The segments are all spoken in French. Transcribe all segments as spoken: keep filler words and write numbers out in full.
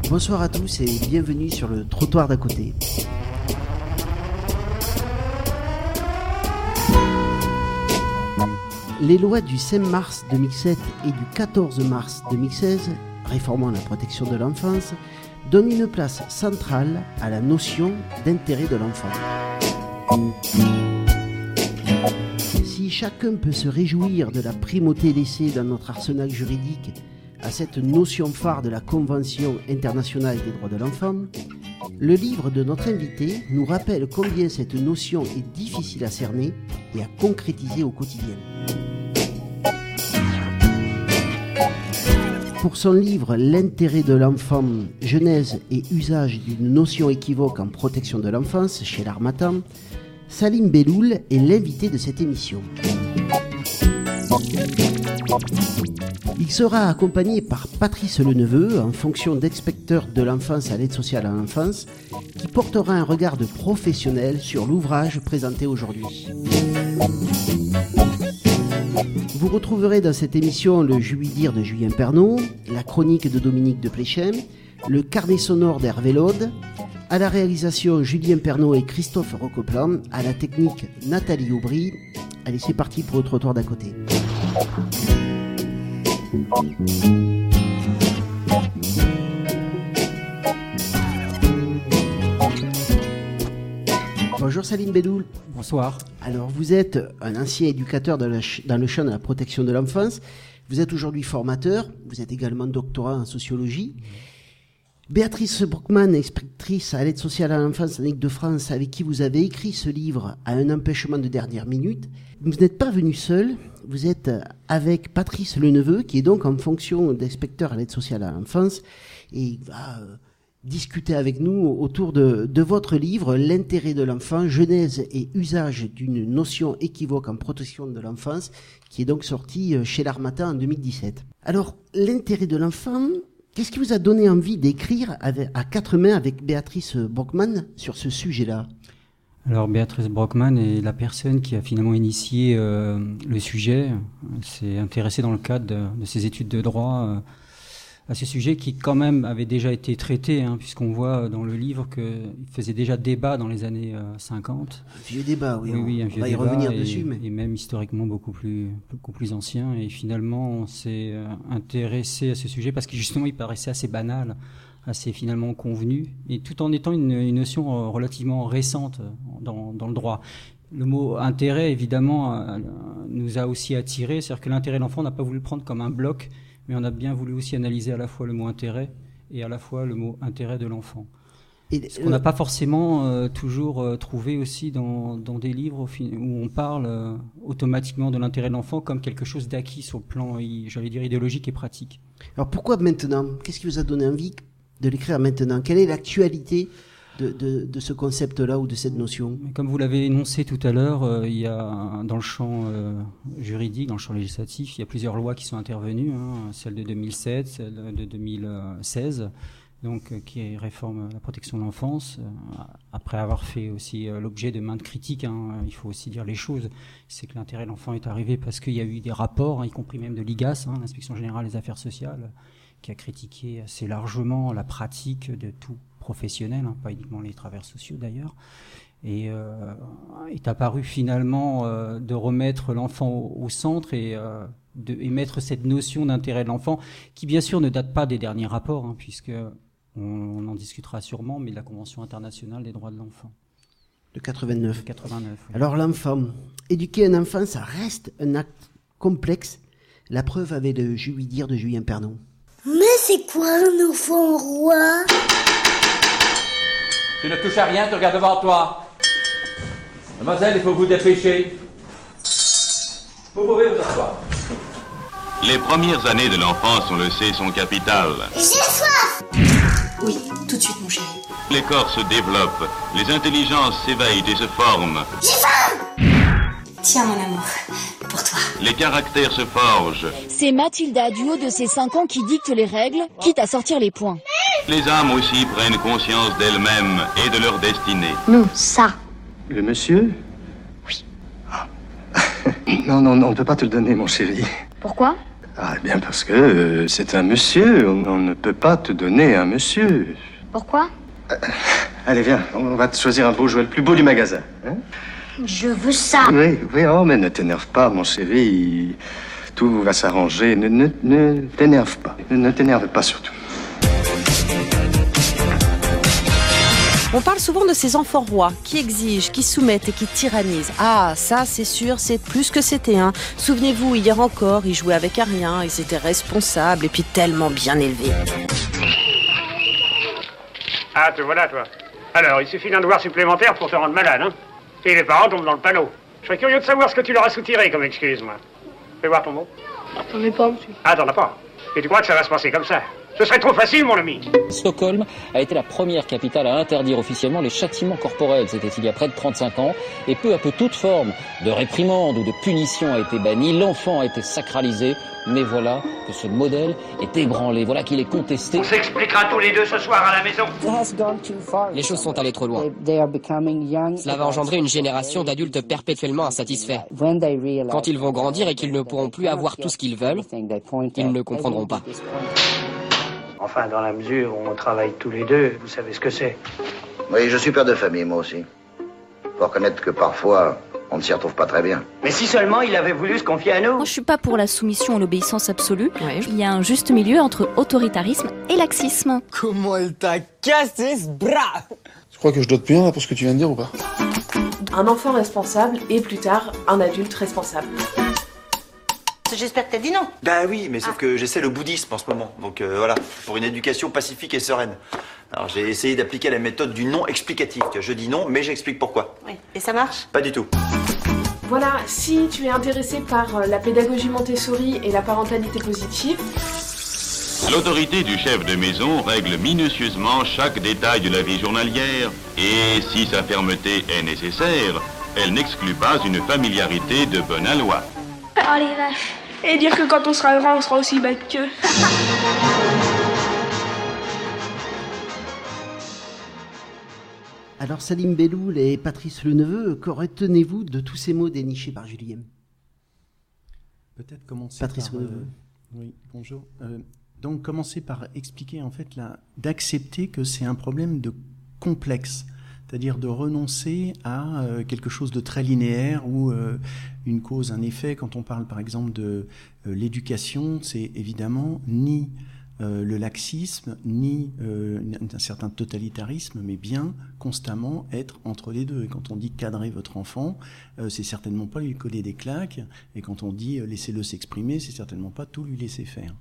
Bonsoir à tous et bienvenue sur le trottoir d'à côté. Les lois du cinq mars deux mille sept et du quatorze mars deux mille seize, réformant la protection de l'enfance, donnent une place centrale à la notion d'intérêt de l'enfant. Si chacun peut se réjouir de la primauté laissée dans notre arsenal juridique à cette notion phare de la Convention internationale des droits de l'enfant, le livre de notre invité nous rappelle combien cette notion est difficile à cerner et à concrétiser au quotidien. Pour son livre « L'intérêt de l'enfant, genèse et usage d'une notion équivoque en protection de l'enfance » chez l'Harmattan, Salim Belloul est l'invité de cette émission. Il sera accompagné par Patrice Leneveu, en fonction d'inspecteur de l'enfance à l'aide sociale à l'enfance, qui portera un regard de professionnel sur l'ouvrage présenté aujourd'hui. Vous retrouverez dans cette émission le Juillet de Julien Pernaut, la chronique de Dominique de Pléchem, le carnet sonore d'Hervé Laude, à la réalisation Julien Pernaut et Christophe Recoplan, à la technique Nathalie Aubry. Allez, c'est parti pour le trottoir d'à côté. Bonjour Salim Belloul. Bonsoir. Alors vous êtes un ancien éducateur dans, la, dans le champ de la protection de l'enfance. Vous êtes aujourd'hui formateur. Vous êtes également doctorant en sociologie. Béatrice Brockman, inspectrice à l'aide sociale à l'enfance en Île-de-France, avec qui vous avez écrit ce livre à un empêchement de dernière minute. Vous n'êtes pas venu seul. Vous êtes avec Patrice Leneveu, qui est donc en fonction d'inspecteur à l'aide sociale à l'enfance, et il va euh, discuter avec nous autour de, de votre livre « L'intérêt de l'enfant, genèse et usage d'une notion équivoque en protection de l'enfance », qui est donc sorti chez l'Harmattan en deux mille dix-sept. Alors, l'intérêt de l'enfant, qu'est-ce qui vous a donné envie d'écrire avec, à quatre mains avec Béatrice Brockman sur ce sujet-là ? Alors Béatrice Brockman est la personne qui a finalement initié euh, le sujet, s'est intéressée dans le cadre de, de ses études de droit euh, à ce sujet qui quand même avait déjà été traité, hein, puisqu'on voit dans le livre qu'il faisait déjà débat dans les années euh, cinquante. Un vieux débat, oui, oui, on, oui un vieux on va y débat revenir et, dessus. Mais... et même historiquement beaucoup plus, beaucoup plus ancien. Et finalement, on s'est euh, intéressé à ce sujet parce que justement, il paraissait assez banal, assez finalement convenu, et tout en étant une, une notion relativement récente dans, dans le droit. Le mot intérêt, évidemment, euh, nous a aussi attirés, c'est-à-dire que l'intérêt de l'enfant, on n'a pas voulu le prendre comme un bloc, mais on a bien voulu aussi analyser à la fois le mot intérêt et à la fois le mot intérêt de l'enfant. Et ce qu'on n'a pas forcément euh, toujours euh, trouvé aussi dans, dans des livres où on parle euh, automatiquement de l'intérêt de l'enfant comme quelque chose d'acquis sur le plan, j'allais dire, idéologique et pratique. Alors pourquoi maintenant ? Qu'est-ce qui vous a donné envie de l'écrire maintenant ? Quelle est l'actualité de, de, de ce concept-là ou de cette notion ? Comme vous l'avez énoncé tout à l'heure, euh, il y a dans le champ euh, juridique, dans le champ législatif, il y a plusieurs lois qui sont intervenues, hein, celle de deux mille sept, celle de deux mille seize, donc euh, qui réforme la protection de l'enfance. Euh, après avoir fait aussi euh, l'objet de maintes critiques, hein, il faut aussi dire les choses. C'est que l'intérêt de l'enfant est arrivé parce qu'il y a eu des rapports, hein, y compris même de l'I G A S, hein, l'Inspection générale des affaires sociales, qui a critiqué assez largement la pratique de tout professionnel, hein, pas uniquement les travailleurs sociaux d'ailleurs, et euh, est apparu finalement euh, de remettre l'enfant au, au centre et euh, de émettre cette notion d'intérêt de l'enfant, qui bien sûr ne date pas des derniers rapports, hein, puisque on, on en discutera sûrement, mais de la Convention internationale des droits de l'enfant. De quatre-vingt-neuf. De quatre-vingt-neuf, oui. Alors l'enfant, éduquer un enfant, ça reste un acte complexe. La preuve avec le Juillet de Julien Pernaut. Mais c'est quoi un enfant roi ? Tu ne touches à rien, tu regardes devant toi. Mademoiselle, il faut vous dépêcher. Vous pouvez vous asseoir. Les premières années de l'enfance, on le sait, sont capitales. J'ai soif ! Oui, tout de suite, mon chéri. Les corps se développent, les intelligences s'éveillent et se forment. J'ai faim ! Tiens, mon amour, pour toi. Les caractères se forgent. C'est Mathilda, du haut de ses cinq ans, qui dicte les règles, quitte à sortir les points. Les âmes aussi prennent conscience d'elles-mêmes et de leur destinée. Non, ça. Le monsieur ? Oui. Non, non, non, on ne peut pas te le donner, mon chéri. Pourquoi ? Ah, bien parce que euh, c'est un monsieur. On, on ne peut pas te donner un monsieur. Pourquoi? Euh, allez, viens, on va te choisir un beau jouet, le plus beau du magasin. Hein? Je veux ça. Oui, oui, oh, mais ne t'énerve pas, mon chéri. Il- Tout va s'arranger. Ne, ne, ne t'énerve pas. Ne, ne t'énerve pas surtout. On parle souvent de ces enfants rois qui exigent, qui soumettent et qui tyrannisent. Ah, ça, c'est sûr, c'est plus que c'était. Hein. Souvenez-vous, hier encore, ils jouaient avec un rien, ils étaient responsables et puis tellement bien élevés. Ah, te voilà, toi. Alors, il suffit d'un devoir supplémentaire pour te rendre malade, hein. Et les parents tombent dans le panneau. Je serais curieux de savoir ce que tu leur as soutiré comme excuse, moi. Fais voir ton mot. J'en ai pas, monsieur. Ah, t'en as pas. Et tu crois que ça va se passer comme ça? Ce serait trop facile, mon ami. Stockholm a été la première capitale à interdire officiellement les châtiments corporels. C'était il y a près de trente-cinq ans. Et peu à peu, toute forme de réprimande ou de punition a été bannie. L'enfant a été sacralisé. Mais voilà que ce modèle est ébranlé. Voilà qu'il est contesté. On s'expliquera tous les deux ce soir à la maison. Les choses sont allées trop loin. Cela va engendrer une génération d'adultes perpétuellement insatisfaits. Quand ils vont grandir et qu'ils ne pourront plus avoir tout ce qu'ils veulent, ils ne comprendront pas. Enfin, dans la mesure où on travaille tous les deux, vous savez ce que c'est. Oui, je suis père de famille, moi aussi. Faut reconnaître que parfois, on ne s'y retrouve pas très bien. Mais si seulement il avait voulu se confier à nous. Moi, je suis pas pour la soumission et l'obéissance absolue. Ouais. Il y a un juste milieu entre autoritarisme et laxisme. Comment elle t'a cassé ce bras? Tu crois que je dois te payer pour ce que tu viens de dire ou pas? Un enfant responsable et plus tard, un adulte responsable. J'espère que t'as dit non. Bah oui, mais sauf ah. que j'essaie le bouddhisme en ce moment. Donc euh, voilà, pour une éducation pacifique et sereine. Alors j'ai essayé d'appliquer la méthode du non explicatif. Je dis non, mais j'explique pourquoi. Oui, et ça marche? Pas du tout. Voilà, si tu es intéressé par la pédagogie Montessori et la parentalité positive... L'autorité du chef de maison règle minutieusement chaque détail de la vie journalière et, si sa fermeté est nécessaire, elle n'exclut pas une familiarité de bonne aloi. Oh les vaches. Et dire que quand on sera grand, on sera aussi bête qu'eux. Alors Salim Belloul et Patrice Leneveu, que retenez-vous de tous ces mots dénichés par Julien? Peut-être commencer Patrice par... Leneveu. Euh, oui, bonjour. Euh, donc commencer par expliquer en fait la, d'accepter que c'est un problème de complexe. C'est-à-dire de renoncer à euh, quelque chose de très linéaire ou euh, une cause, un effet. Quand on parle par exemple de euh, l'éducation, c'est évidemment ni euh, le laxisme, ni euh, un certain totalitarisme, mais bien constamment être entre les deux. Et quand on dit cadrer votre enfant, euh, c'est certainement pas lui coller des claques. Et quand on dit euh, laissez-le s'exprimer, c'est certainement pas tout lui laisser faire.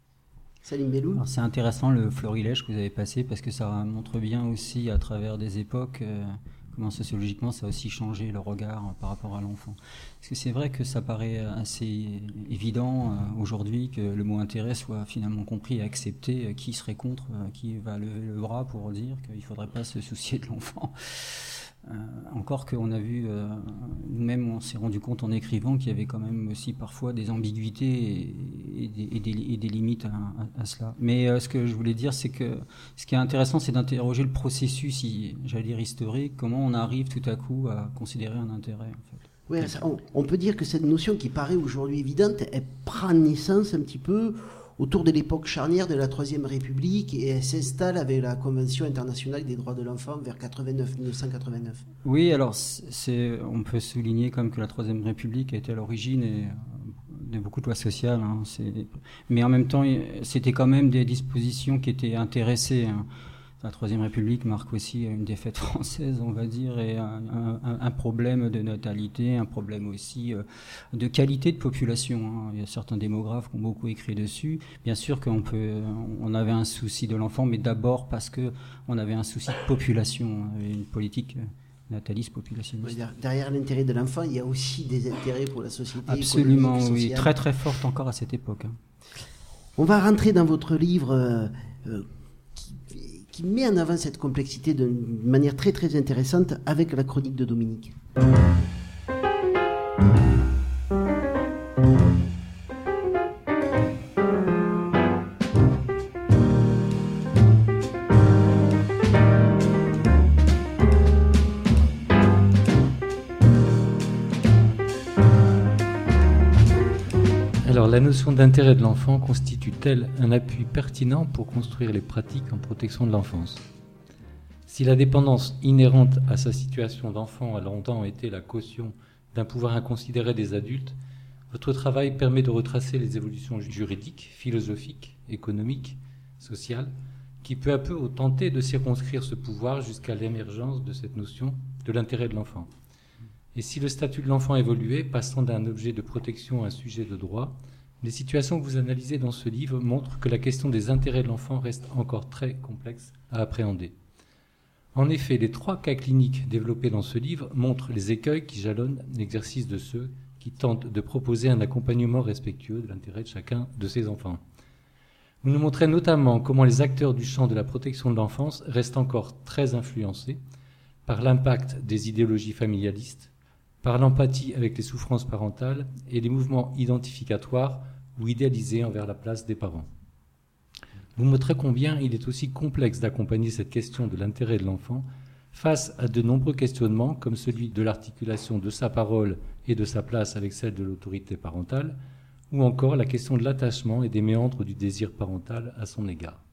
Salim Belloul. Alors c'est intéressant le florilège que vous avez passé parce que ça montre bien aussi à travers des époques euh, comment sociologiquement ça a aussi changé le regard euh, par rapport à l'enfant. Parce que c'est vrai que ça paraît assez évident euh, aujourd'hui que le mot intérêt soit finalement compris et accepté. Euh, qui serait contre, euh, qui va lever le bras pour dire qu'il ne faudrait pas se soucier de l'enfant. Euh, encore qu'on a vu, euh, nous-mêmes on s'est rendu compte en écrivant qu'il y avait quand même aussi parfois des ambiguïtés et, et, des, et, des, et des limites à, à, à cela. Mais euh, ce que je voulais dire, c'est que ce qui est intéressant, c'est d'interroger le processus, j'allais dire historique, comment on arrive tout à coup à considérer un intérêt. En fait. Oui, on, on peut dire que cette notion qui paraît aujourd'hui évidente, elle prend naissance un petit peu autour de l'époque charnière de la Troisième République et elle s'installe avec la Convention internationale des droits de l'enfant vers quatre-vingt-neuf, mille neuf cent quatre-vingt-neuf. Oui, alors c'est, on peut souligner quand même que la Troisième République a été à l'origine et, de beaucoup de lois sociales. Hein, c'est, mais en même temps, c'était quand même des dispositions qui étaient intéressées. Hein. La Troisième République marque aussi une défaite française, on va dire, et un, un, un problème de natalité, un problème aussi de qualité de population. Hein. Il y a certains démographes qui ont beaucoup écrit dessus. Bien sûr qu'on peut, on avait un souci de l'enfant, mais d'abord parce que on avait un souci de population, et une politique nataliste populationniste. Derrière l'intérêt de l'enfant, il y a aussi des intérêts pour la société. Absolument, oui, très très forte encore à cette époque. Hein. On va rentrer dans votre livre. Euh, euh, qui met en avant cette complexité d'une manière très très intéressante avec la chronique de Dominique. Alors, la notion d'intérêt de l'enfant constitue-t-elle un appui pertinent pour construire les pratiques en protection de l'enfance ? Si la dépendance inhérente à sa situation d'enfant a longtemps été la caution d'un pouvoir inconsidéré des adultes, votre travail permet de retracer les évolutions juridiques, philosophiques, économiques, sociales, qui peu à peu ont tenté de circonscrire ce pouvoir jusqu'à l'émergence de cette notion de l'intérêt de l'enfant. Et si le statut de l'enfant évoluait, passant d'un objet de protection à un sujet de droit, les situations que vous analysez dans ce livre montrent que la question des intérêts de l'enfant reste encore très complexe à appréhender. En effet, les trois cas cliniques développés dans ce livre montrent les écueils qui jalonnent l'exercice de ceux qui tentent de proposer un accompagnement respectueux de l'intérêt de chacun de ces enfants. Vous nous montrez notamment comment les acteurs du champ de la protection de l'enfance restent encore très influencés par l'impact des idéologies familialistes, par l'empathie avec les souffrances parentales et les mouvements identificatoires ou idéalisés envers la place des parents. Vous montrez combien il est aussi complexe d'accompagner cette question de l'intérêt de l'enfant face à de nombreux questionnements comme celui de l'articulation de sa parole et de sa place avec celle de l'autorité parentale, ou encore la question de l'attachement et des méandres du désir parental à son égard.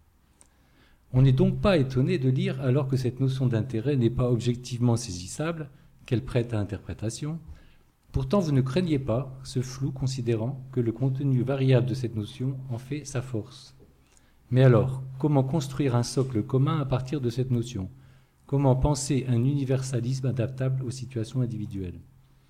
On n'est donc pas étonné de lire, alors que cette notion d'intérêt n'est pas objectivement saisissable, qu'elle prête à interprétation. Pourtant, vous ne craignez pas ce flou, considérant que le contenu variable de cette notion en fait sa force. Mais alors, comment construire un socle commun à partir de cette notion ? Comment penser un universalisme adaptable aux situations individuelles ?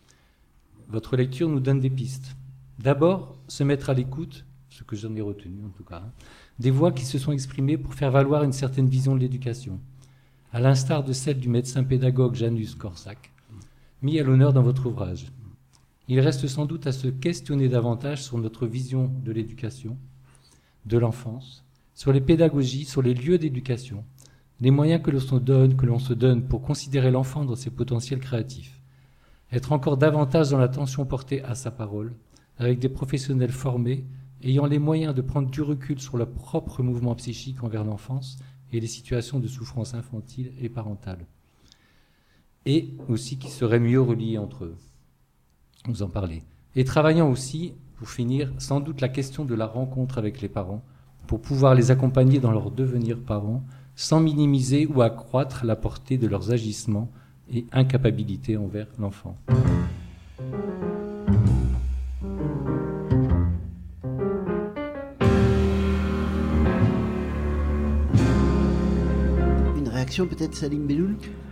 Votre lecture nous donne des pistes. D'abord, se mettre à l'écoute, ce que j'en ai retenu en tout cas, hein, des voix qui se sont exprimées pour faire valoir une certaine vision de l'éducation, à l'instar de celle du médecin pédagogue Janusz Korczak, mis à l'honneur dans votre ouvrage. Il reste sans doute à se questionner davantage sur notre vision de l'éducation, de l'enfance, sur les pédagogies, sur les lieux d'éducation, les moyens que l'on se donne, que l'on se donne pour considérer l'enfant dans ses potentiels créatifs, être encore davantage dans l'attention portée à sa parole, avec des professionnels formés, ayant les moyens de prendre du recul sur leur propre mouvement psychique envers l'enfance et les situations de souffrance infantile et parentale. Et aussi qui seraient mieux reliés entre eux. Vous en parlez. Et travaillant aussi, pour finir, sans doute la question de la rencontre avec les parents, pour pouvoir les accompagner dans leur devenir parents, sans minimiser ou accroître la portée de leurs agissements et incapacité envers l'enfant. Une réaction peut-être, Salim Belloul ?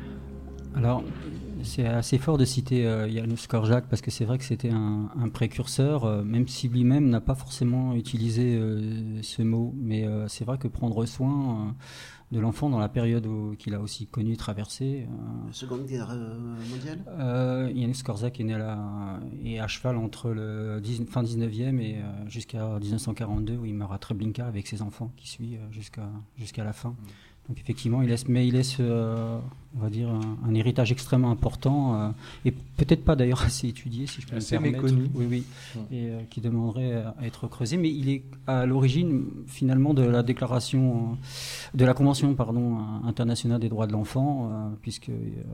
Alors, c'est assez fort de citer euh, Janusz Korczak parce que c'est vrai que c'était un, un précurseur, euh, même si lui-même n'a pas forcément utilisé euh, ce mot. Mais euh, c'est vrai que prendre soin euh, de l'enfant dans la période où, qu'il a aussi connu, traversé. Euh, Seconde Guerre mondiale euh, Janusz Korczak est né là, et à cheval entre le dix, fin dix-neuvième et euh, jusqu'à dix-neuf cent quarante-deux où il meurt à Treblinka avec ses enfants qui suit euh, jusqu'à, jusqu'à la fin. Mmh. Donc effectivement, il laisse, mais il laisse, euh, on va dire, un, un héritage extrêmement important euh, et peut-être pas d'ailleurs assez étudié, si je peux me permettre. Méconnu. Oui, oui, mmh. et euh, qui demanderait à être creusé. Mais il est à l'origine finalement de la déclaration, euh, de la convention, pardon, internationale des droits de l'enfant, euh, puisque euh,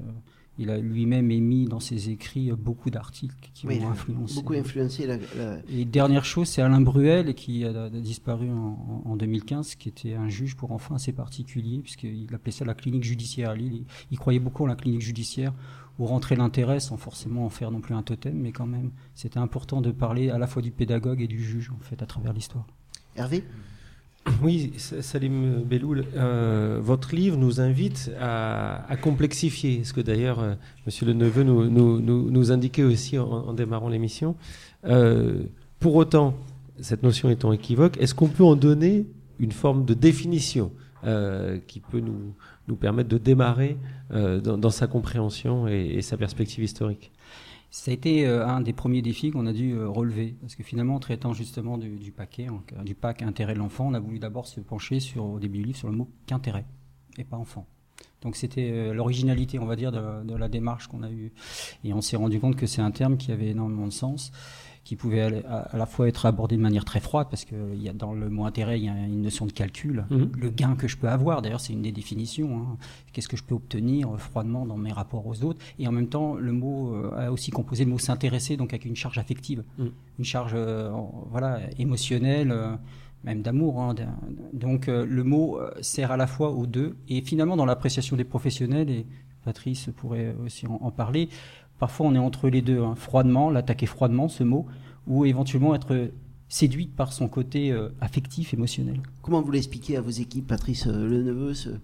il a lui-même émis dans ses écrits beaucoup d'articles qui oui, ont influencé. Beaucoup influencé la, la... Et dernière chose, c'est Alain Bruel qui a, a disparu en, en deux mille quinze, qui était un juge pour enfants assez particulier, puisqu'il appelait ça la clinique judiciaire à Lille. Il, il croyait beaucoup en la clinique judiciaire, où rentrer l'intérêt sans forcément en faire non plus un totem, mais quand même, c'était important de parler à la fois du pédagogue et du juge, en fait, à travers l'histoire. Hervé ? Oui, Salim Belloul, euh, votre livre nous invite à, à complexifier, ce que d'ailleurs euh, Monsieur Le Neveu nous, nous, nous, nous indiquait aussi en, en démarrant l'émission. Euh, pour autant, cette notion étant équivoque, est-ce qu'on peut en donner une forme de définition euh, qui peut nous, nous permettre de démarrer euh, dans, dans sa compréhension et, et sa perspective historique ? Ça a été euh, un des premiers défis qu'on a dû euh, relever, parce que finalement, en traitant justement du, du paquet, donc, euh, du pack intérêt de l'enfant, on a voulu d'abord se pencher sur, au début du livre sur le mot qu'intérêt, et pas enfant. Donc c'était euh, l'originalité, on va dire, de, de la démarche qu'on a eue. Et on s'est rendu compte que c'est un terme qui avait énormément de sens, qui pouvait à, à la fois être abordé de manière très froide, parce que il y a, dans le mot intérêt, il y a une notion de calcul, mmh. le gain que je peux avoir, d'ailleurs c'est une des définitions, hein. Qu'est-ce que je peux obtenir euh, froidement dans mes rapports aux autres, et en même temps le mot euh, a aussi composé le mot s'intéresser, donc avec une charge affective, mmh. une charge euh, voilà, émotionnelle, euh, même d'amour, hein. Donc euh, le mot euh, sert à la fois aux deux, et finalement dans l'appréciation des professionnels, et Patrice pourrait aussi en, en parler, parfois on est entre les deux, hein. Froidement, l'attaquer froidement, ce mot, ou éventuellement être séduite par son côté euh, affectif, émotionnel. Comment vous l'expliquez à vos équipes, Patrice euh, Leneveu ce...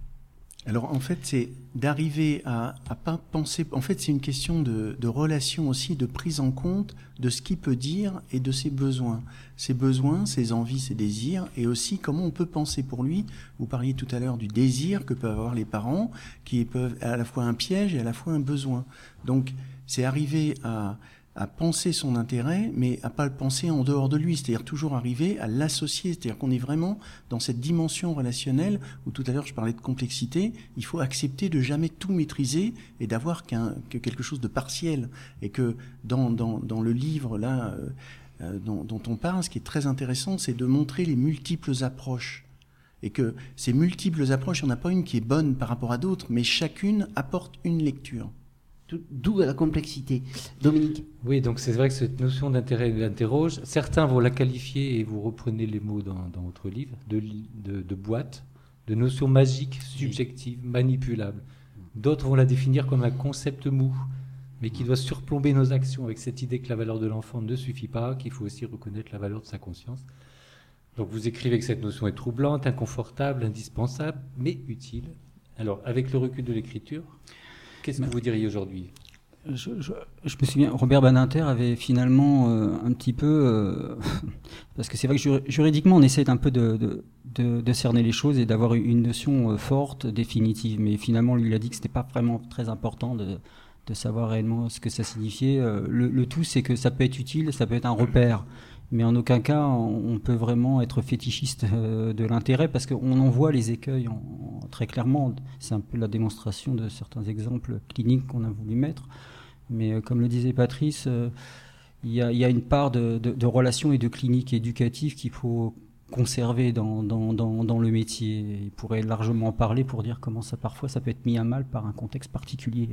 Alors en fait, c'est d'arriver à à pas penser. En fait, c'est une question de, de relation aussi, de prise en compte de ce qu'il peut dire et de ses besoins, ses besoins, ses envies, ses désirs, et aussi comment on peut penser pour lui. Vous parliez tout à l'heure du désir que peuvent avoir les parents, qui peuvent à la fois un piège et à la fois un besoin. Donc, c'est arriver à à penser son intérêt, mais à pas le penser en dehors de lui, c'est-à-dire toujours arriver à l'associer, c'est-à-dire qu'on est vraiment dans cette dimension relationnelle où tout à l'heure je parlais de complexité, il faut accepter de jamais tout maîtriser et d'avoir qu'un, que quelque chose de partiel, et que dans, dans, dans le livre là euh, dont, dont on parle, ce qui est très intéressant, c'est de montrer les multiples approches. Et que ces multiples approches, il n'y en a pas une qui est bonne par rapport à d'autres, mais chacune apporte une lecture. D'où la complexité. Dominique ? Oui, donc c'est vrai que cette notion d'intérêt l'interroge. Certains vont la qualifier, et vous reprenez les mots dans, dans votre livre, de, de, de boîte, de notion magique, subjective, manipulable. D'autres vont la définir comme un concept mou, mais qui doit surplomber nos actions, avec cette idée que la valeur de l'enfant ne suffit pas, qu'il faut aussi reconnaître la valeur de sa conscience. Donc vous écrivez que cette notion est troublante, inconfortable, indispensable, mais utile. Alors, avec le recul de l'écriture, qu'est-ce que vous diriez aujourd'hui ? je, je, je me souviens, Robert Badinter avait finalement euh, un petit peu... Euh, parce que c'est vrai que juridiquement, on essaie un peu de, de, de, de cerner les choses et d'avoir une notion euh, forte, définitive. Mais finalement, lui, il a dit que ce n'était pas vraiment très important de, de savoir réellement ce que ça signifiait. Euh, le, le tout, c'est que ça peut être utile, ça peut être un repère. Mais en aucun cas, on peut vraiment être fétichiste de l'intérêt, parce qu'on en voit les écueils en, en, très clairement. C'est un peu la démonstration de certains exemples cliniques qu'on a voulu mettre. Mais euh, comme le disait Patrice, euh, il y a, il y a une part de, de, de relations et de clinique éducative qu'il faut conserver dans, dans, dans, dans le métier. Il pourrait largement en parler pour dire comment ça, parfois, ça peut être mis à mal par un contexte particulier.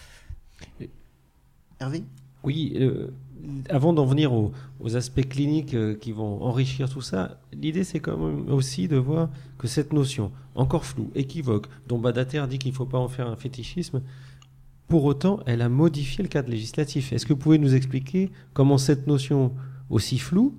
Hervé ? Oui, euh, avant d'en venir aux, aux aspects cliniques euh, qui vont enrichir tout ça, l'idée c'est quand même aussi de voir que cette notion, encore floue, équivoque, dont Badinter dit qu'il ne faut pas en faire un fétichisme, pour autant, elle a modifié le cadre législatif. Est-ce que vous pouvez nous expliquer comment cette notion aussi floue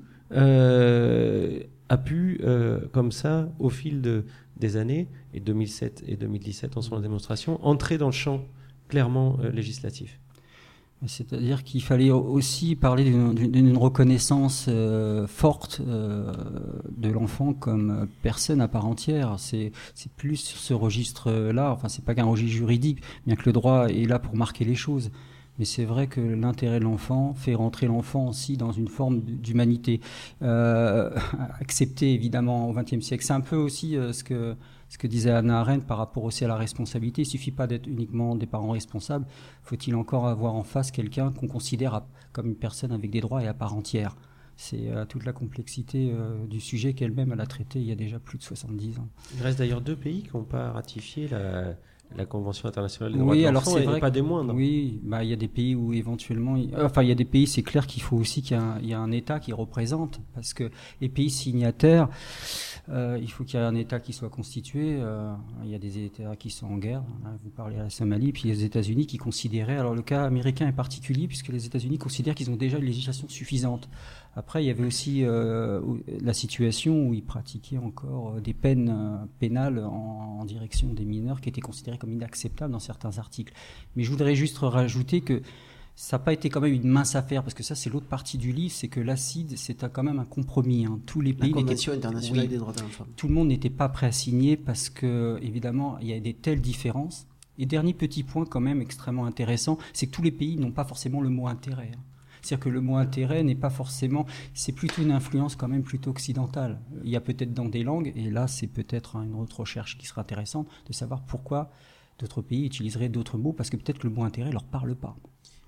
euh, a pu, euh, comme ça, au fil de, des années, et deux mille sept et deux mille dix-sept en sont la démonstration, entrer dans le champ clairement euh, législatif ? C'est-à-dire qu'il fallait aussi parler d'une, d'une reconnaissance euh, forte euh, de l'enfant comme personne à part entière. C'est, c'est plus sur ce registre-là, enfin c'est pas qu'un registre juridique, bien que le droit est là pour marquer les choses. Mais c'est vrai que l'intérêt de l'enfant fait rentrer l'enfant aussi dans une forme d'humanité. Euh, accepté évidemment au vingtième siècle. C'est un peu aussi euh, ce que... Ce que disait Hannah Arendt par rapport aussi à la responsabilité, il ne suffit pas d'être uniquement des parents responsables, faut-il encore avoir en face quelqu'un qu'on considère à, comme une personne avec des droits et à part entière. C'est euh, toute la complexité euh, du sujet qu'elle-même elle a traité il y a déjà plus de soixante-dix ans. Il reste d'ailleurs deux pays qui n'ont pas ratifié la, la Convention internationale des droits oui, de alors l'enfant, c'est et vrai pas des moindres. Oui, bah, il y a des pays où éventuellement... Il, enfin, il y a des pays, c'est clair qu'il faut aussi qu'il y ait un, il y a un État qui représente, parce que les pays signataires... Euh, il faut qu'il y ait un État qui soit constitué. Euh, il y a des États qui sont en guerre. Là, vous parlez à la Somalie, puis les États-Unis qui considéraient. Alors le cas américain est particulier puisque les États-Unis considèrent qu'ils ont déjà une législation suffisante. Après, il y avait aussi euh, la situation où ils pratiquaient encore des peines euh, pénales en, en direction des mineurs qui étaient considérées comme inacceptables dans certains articles. Mais je voudrais juste rajouter que ça n'a pas été quand même une mince affaire, parce que ça, c'est l'autre partie du livre, c'est que l'acide, c'est quand même un compromis. Hein. Tous les pays... La Convention internationale oui, des droits de l'enfant. Tout le monde n'était pas prêt à signer parce que, évidemment, il y a des telles différences. Et dernier petit point quand même extrêmement intéressant, c'est que tous les pays n'ont pas forcément le mot intérêt. Hein. C'est-à-dire que le mot intérêt n'est pas forcément... C'est plutôt une influence quand même plutôt occidentale. Il y a peut-être dans des langues, et là, c'est peut-être une autre recherche qui sera intéressante, de savoir pourquoi d'autres pays utiliseraient d'autres mots, parce que peut-être que le mot intérêt ne leur parle pas.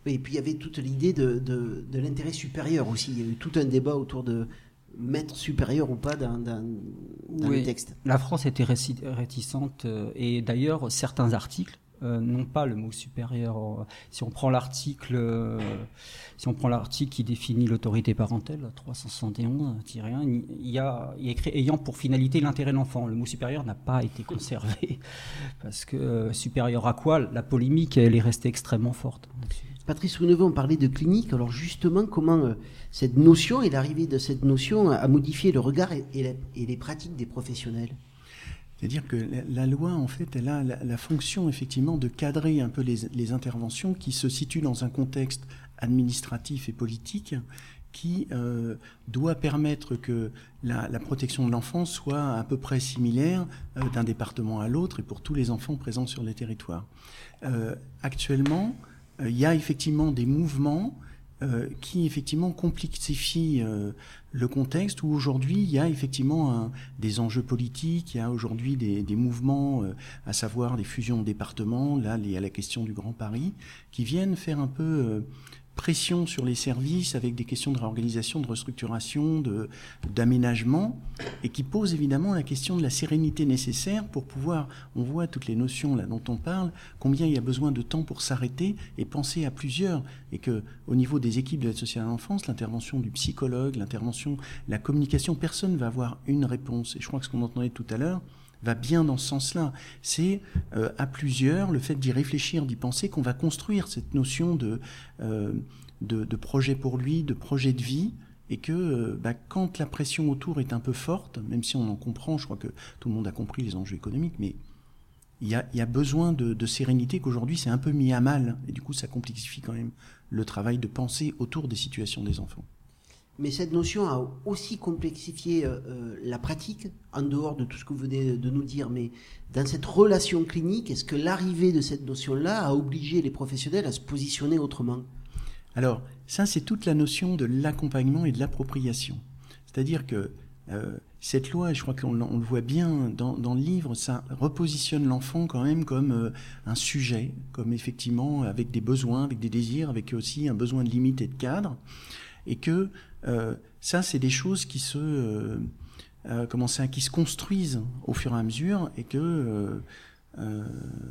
Et puis il y avait toute l'idée de, de, de l'intérêt supérieur aussi. Il y a eu tout un débat autour de maître supérieur ou pas dans, dans, dans oui, le texte. La France était réticente euh, et d'ailleurs certains articles euh, n'ont pas le mot supérieur. Si on prend l'article, euh, si on prend l'article qui définit l'autorité parentale, trois cent soixante et onze tiret un, il y a, il y a écrit ayant pour finalité l'intérêt de l'enfant. Le mot supérieur n'a pas été conservé parce que euh, supérieur à quoi? La polémique, elle est restée extrêmement forte. Patrice Rouneveux, on parlait de clinique. Alors justement, comment euh, cette notion et l'arrivée de cette notion a, a modifié le regard et, et, la, et les pratiques des professionnels? C'est-à-dire que la, la loi, en fait, elle a la, la fonction, effectivement, de cadrer un peu les, les interventions qui se situent dans un contexte administratif et politique qui euh, doit permettre que la, la protection de l'enfant soit à peu près similaire euh, d'un département à l'autre et pour tous les enfants présents sur les territoires. Euh, actuellement, il euh, y a effectivement des mouvements euh, qui effectivement complexifient euh, le contexte où aujourd'hui il y a effectivement un, des enjeux politiques, il y a aujourd'hui des, des mouvements, euh, à savoir des fusions de départements, là il y a la question du Grand Paris, qui viennent faire un peu euh, pression sur les services avec des questions de réorganisation, de restructuration, de, d'aménagement, et qui posent évidemment la question de la sérénité nécessaire pour pouvoir, on voit toutes les notions là dont on parle, combien il y a besoin de temps pour s'arrêter et penser à plusieurs, et que au niveau des équipes de l'aide sociale à l'enfance, l'intervention du psychologue, l'intervention, la communication, personne ne va avoir une réponse. Et je crois que ce qu'on entendait tout à l'heure va bien dans ce sens-là. C'est euh, à plusieurs, le fait d'y réfléchir, d'y penser, qu'on va construire cette notion de, euh, de, de projet pour lui, de projet de vie, et que euh, bah, quand la pression autour est un peu forte, même si on en comprend, je crois que tout le monde a compris les enjeux économiques, mais il y a, y a besoin de, de sérénité qu'aujourd'hui c'est un peu mis à mal, et du coup ça complexifie quand même le travail de penser autour des situations des enfants. Mais cette notion a aussi complexifié euh, la pratique, en dehors de tout ce que vous venez de nous dire, mais dans cette relation clinique, est-ce que l'arrivée de cette notion-là a obligé les professionnels à se positionner autrement? Alors, ça c'est toute la notion de l'accompagnement et de l'appropriation. C'est-à-dire que euh, cette loi, et je crois qu'on on le voit bien dans, dans le livre, ça repositionne l'enfant quand même comme euh, un sujet, comme effectivement avec des besoins, avec des désirs, avec aussi un besoin de limite et de cadre, et que Euh, ça, c'est des choses qui se, euh, euh, comment ça, qui se construisent au fur et à mesure et que euh, euh,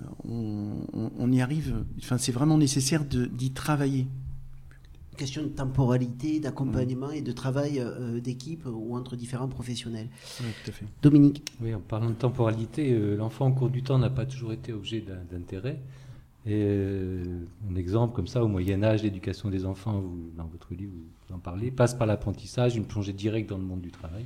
on, on, on y arrive. Enfin, c'est vraiment nécessaire de, d'y travailler. Question de temporalité, d'accompagnement mmh. et de travail euh, d'équipe ou entre différents professionnels. Oui, tout à fait. Dominique. Oui, en parlant de temporalité, euh, l'enfant au cours du temps n'a pas toujours été objet d'un, d'intérêt. Et euh, un exemple comme ça, au Moyen-Âge, l'éducation des enfants, vous, dans votre livre, vous en parlez, passe par l'apprentissage, une plongée directe dans le monde du travail.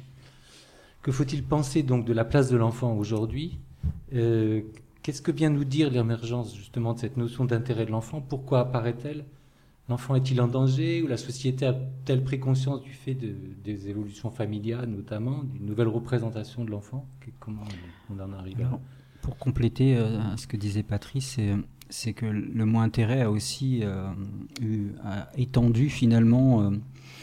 Que faut-il penser donc de la place de l'enfant aujourd'hui? euh, Qu'est-ce que vient nous dire l'émergence justement de cette notion d'intérêt de l'enfant? Pourquoi apparaît-elle? L'enfant est-il en danger? Ou la société a-t-elle pris conscience du fait de, des évolutions familiales, notamment, d'une nouvelle représentation de l'enfant? Comment on en arrive là? Pour compléter euh, ce que disait Patrice, c'est... c'est que le mot intérêt a aussi euh, eu, a étendu finalement euh,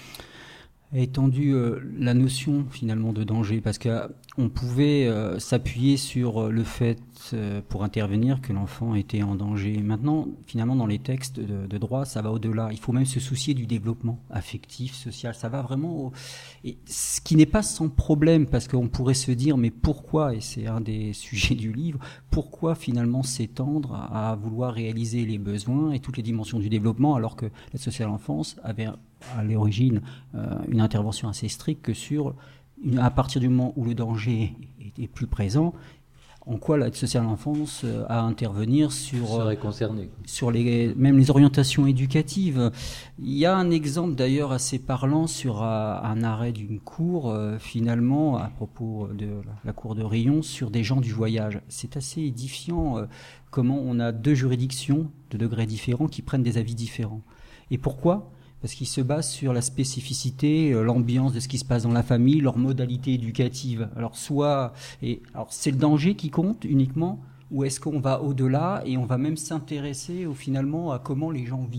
a étendu euh, la notion finalement de danger, parce qu'on pouvait euh, s'appuyer sur le fait euh, pour intervenir que l'enfant était en danger. Maintenant, finalement, dans les textes de, de droit, ça va au-delà. Il faut même se soucier du développement affectif, social. Ça va vraiment au... Et ce qui n'est pas sans problème, parce qu'on pourrait se dire, mais pourquoi, et c'est un des sujets du livre, pourquoi finalement s'étendre à, à vouloir réaliser les besoins et toutes les dimensions du développement, alors que l'aide sociale à l'enfance avait à l'origine euh, une intervention assez stricte que sur, une, à partir du moment où le danger est, est plus présent, en quoi l'aide sociale à l'enfance euh, a à intervenir sur, serait concerné. sur les, même les orientations éducatives. Il y a un exemple d'ailleurs assez parlant sur un, un arrêt d'une cour, euh, finalement, à propos de la cour de Riom, sur des gens du voyage. C'est assez édifiant euh, comment on a deux juridictions de degrés différents qui prennent des avis différents. Et pourquoi ? Parce qu'ils se basent sur la spécificité, euh, l'ambiance de ce qui se passe dans la famille, leur modalité éducative. Alors soit, et alors c'est le danger qui compte uniquement, ou est-ce qu'on va au-delà et on va même s'intéresser au, finalement à comment les gens vivent?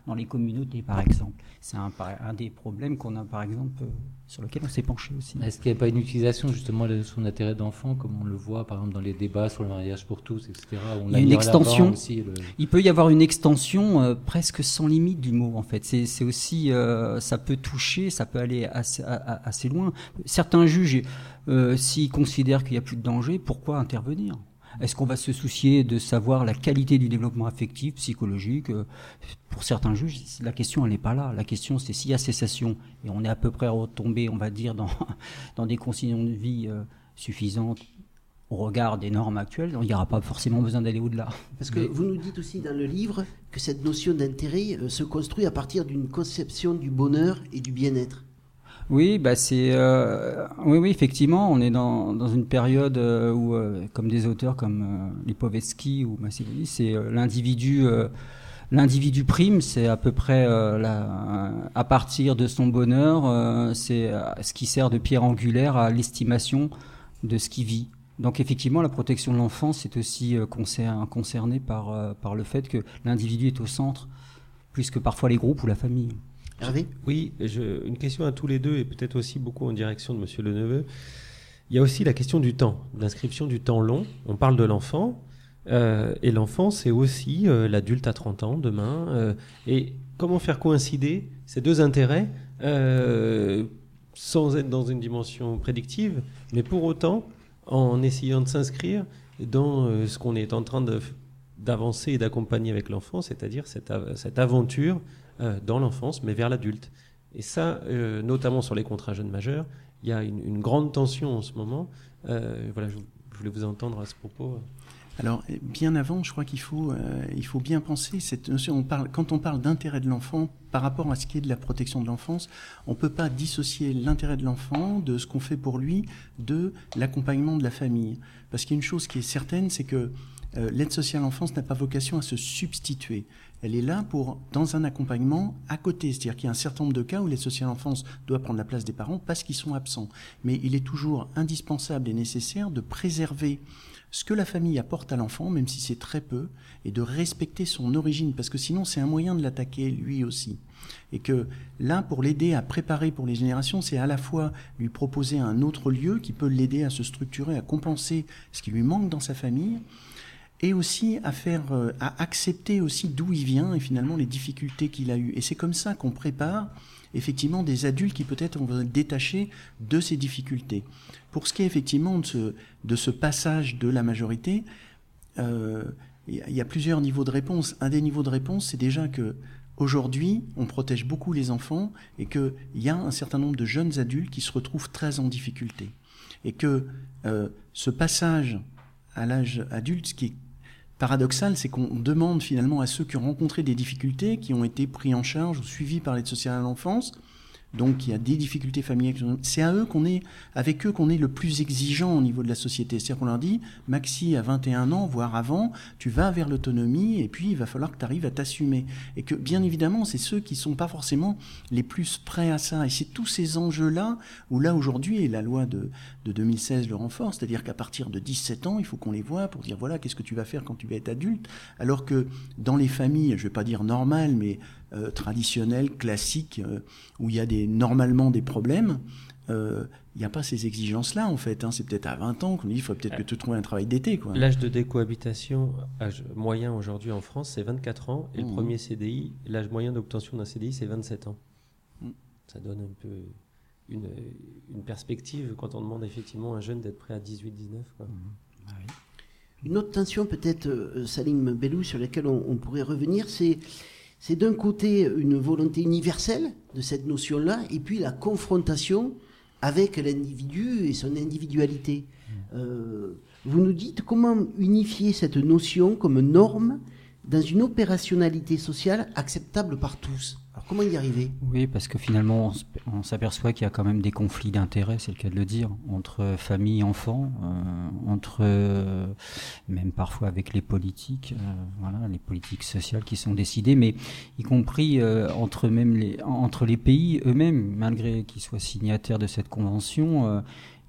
dans les communautés, par exemple. C'est un, un des problèmes qu'on a, par exemple, sur lequel on s'est penché aussi. Est-ce qu'il n'y a pas une utilisation, justement, de son intérêt d'enfant, comme on le voit, par exemple, dans les débats sur le mariage pour tous, et cetera. On Il y a une extension. Aussi le... Il peut y avoir une extension euh, presque sans limite du mot, en fait. C'est, c'est aussi, euh, ça peut toucher, ça peut aller assez, à, à, assez loin. Certains juges, euh, s'ils considèrent qu'il n'y a plus de danger, pourquoi intervenir ? Est-ce qu'on va se soucier de savoir la qualité du développement affectif, psychologique ? Pour certains juges, la question, elle n'est pas là. La question, c'est s'il y a cessation, et on est à peu près retombé, on va dire, dans, dans des conditions de vie euh, suffisantes au regard des normes actuelles, il n'y aura pas forcément besoin d'aller au-delà. Parce que Mais... vous nous dites aussi dans le livre que cette notion d'intérêt euh, se construit à partir d'une conception du bonheur et du bien-être. Oui, bah c'est euh, oui, oui, effectivement, on est dans dans une période euh, où, euh, comme des auteurs comme euh, Lipovetsky ou Massivoli, c'est euh, l'individu, euh, l'individu prime, c'est à peu près euh, la, à partir de son bonheur, euh, c'est euh, ce qui sert de pierre angulaire à l'estimation de ce qu'il vit. Donc effectivement, la protection de l'enfance est aussi euh, concerné, concerné par euh, par le fait que l'individu est au centre, plus que parfois les groupes ou la famille. Hervé ? Oui, je, une question à tous les deux et peut-être aussi beaucoup en direction de Monsieur Le Neveu. Il y a aussi la question du temps, l'inscription du temps long. On parle de l'enfant euh, et l'enfant, c'est aussi euh, l'adulte à trente ans demain. Euh, et comment faire coïncider ces deux intérêts euh, sans être dans une dimension prédictive, mais pour autant en essayant de s'inscrire dans euh, ce qu'on est en train de, d'avancer et d'accompagner avec l'enfant, c'est-à-dire cette, cette aventure euh, dans l'enfance, mais vers l'adulte. Et ça, euh, notamment sur les contrats jeunes majeurs, il y a une, une grande tension en ce moment. Euh, voilà, je, je voulais vous entendre à ce propos. Alors, bien avant, je crois qu'il faut, euh, il faut bien penser cette notion. On parle, quand on parle d'intérêt de l'enfant par rapport à ce qui est de la protection de l'enfance, on ne peut pas dissocier l'intérêt de l'enfant de ce qu'on fait pour lui de l'accompagnement de la famille. Parce qu'il y a une chose qui est certaine, c'est que euh, l'aide sociale à l'enfance n'a pas vocation à se substituer. Elle est là pour, dans un accompagnement à côté. C'est-à-dire qu'il y a un certain nombre de cas où l'aide sociale à l'enfance doit prendre la place des parents parce qu'ils sont absents. Mais il est toujours indispensable et nécessaire de préserver ce que la famille apporte à l'enfant, même si c'est très peu, et de respecter son origine, parce que sinon c'est un moyen de l'attaquer lui aussi. Et que là, pour l'aider à préparer pour les générations, c'est à la fois lui proposer un autre lieu qui peut l'aider à se structurer, à compenser ce qui lui manque dans sa famille, et aussi à faire, à accepter aussi d'où il vient et finalement les difficultés qu'il a eues. Et c'est comme ça qu'on prépare effectivement des adultes qui peut-être vont être détachés de ces difficultés. Pour ce qui est effectivement de ce, de ce passage de la majorité, euh, il y a plusieurs niveaux de réponse. Un des niveaux de réponse, c'est déjà que aujourd'hui, on protège beaucoup les enfants et qu'il y a un certain nombre de jeunes adultes qui se retrouvent très en difficulté. Et que euh, ce passage à l'âge adulte, ce qui est paradoxal, c'est qu'on demande finalement à ceux qui ont rencontré des difficultés, qui ont été pris en charge ou suivis par l'aide sociale à l'enfance, donc il y a des difficultés familiales, c'est à eux qu'on est, avec eux qu'on est le plus exigeant au niveau de la société. C'est-à-dire qu'on leur dit, Maxi, à vingt et un ans, voire avant, tu vas vers l'autonomie et puis il va falloir que tu arrives à t'assumer. Et que bien évidemment, c'est ceux qui sont pas forcément les plus prêts à ça. Et c'est tous ces enjeux-là où là aujourd'hui, et la loi de, de deux mille seize le renforce, c'est-à-dire qu'à partir de dix-sept ans, il faut qu'on les voit pour dire voilà, qu'est-ce que tu vas faire quand tu vas être adulte. Alors que dans les familles, je vais pas dire normales, mais Euh, traditionnel, classique, euh, où il y a des, normalement des problèmes, euh, il n'y a pas ces exigences-là, en fait. Hein. C'est peut-être à vingt ans qu'on dit il faut peut-être que tu trouves un travail d'été. Quoi. L'âge de décohabitation âge moyen aujourd'hui en France, c'est vingt-quatre ans. Et mmh. le premier C D I, l'âge moyen d'obtention d'un C D I, c'est vingt-sept ans. Mmh. Ça donne un peu une, une perspective quand on demande effectivement à un jeune d'être prêt à dix-huit dix-neuf. Quoi. Mmh. Ah oui. Une autre tension, peut-être, euh, Salim Bellou, sur laquelle on, on pourrait revenir, c'est C'est d'un côté une volonté universelle de cette notion-là, et puis la confrontation avec l'individu et son individualité. Mmh. Euh, vous nous dites comment unifier cette notion comme norme dans une opérationnalité sociale acceptable par tous. Alors comment y arriver ? Oui, parce que finalement, on, on s'aperçoit qu'il y a quand même des conflits d'intérêts, c'est le cas de le dire, entre famille et enfants, euh, entre, euh, même parfois avec les politiques, euh, voilà, les politiques sociales qui sont décidées, mais y compris euh, entre, même les, entre les pays eux-mêmes, malgré qu'ils soient signataires de cette convention, euh,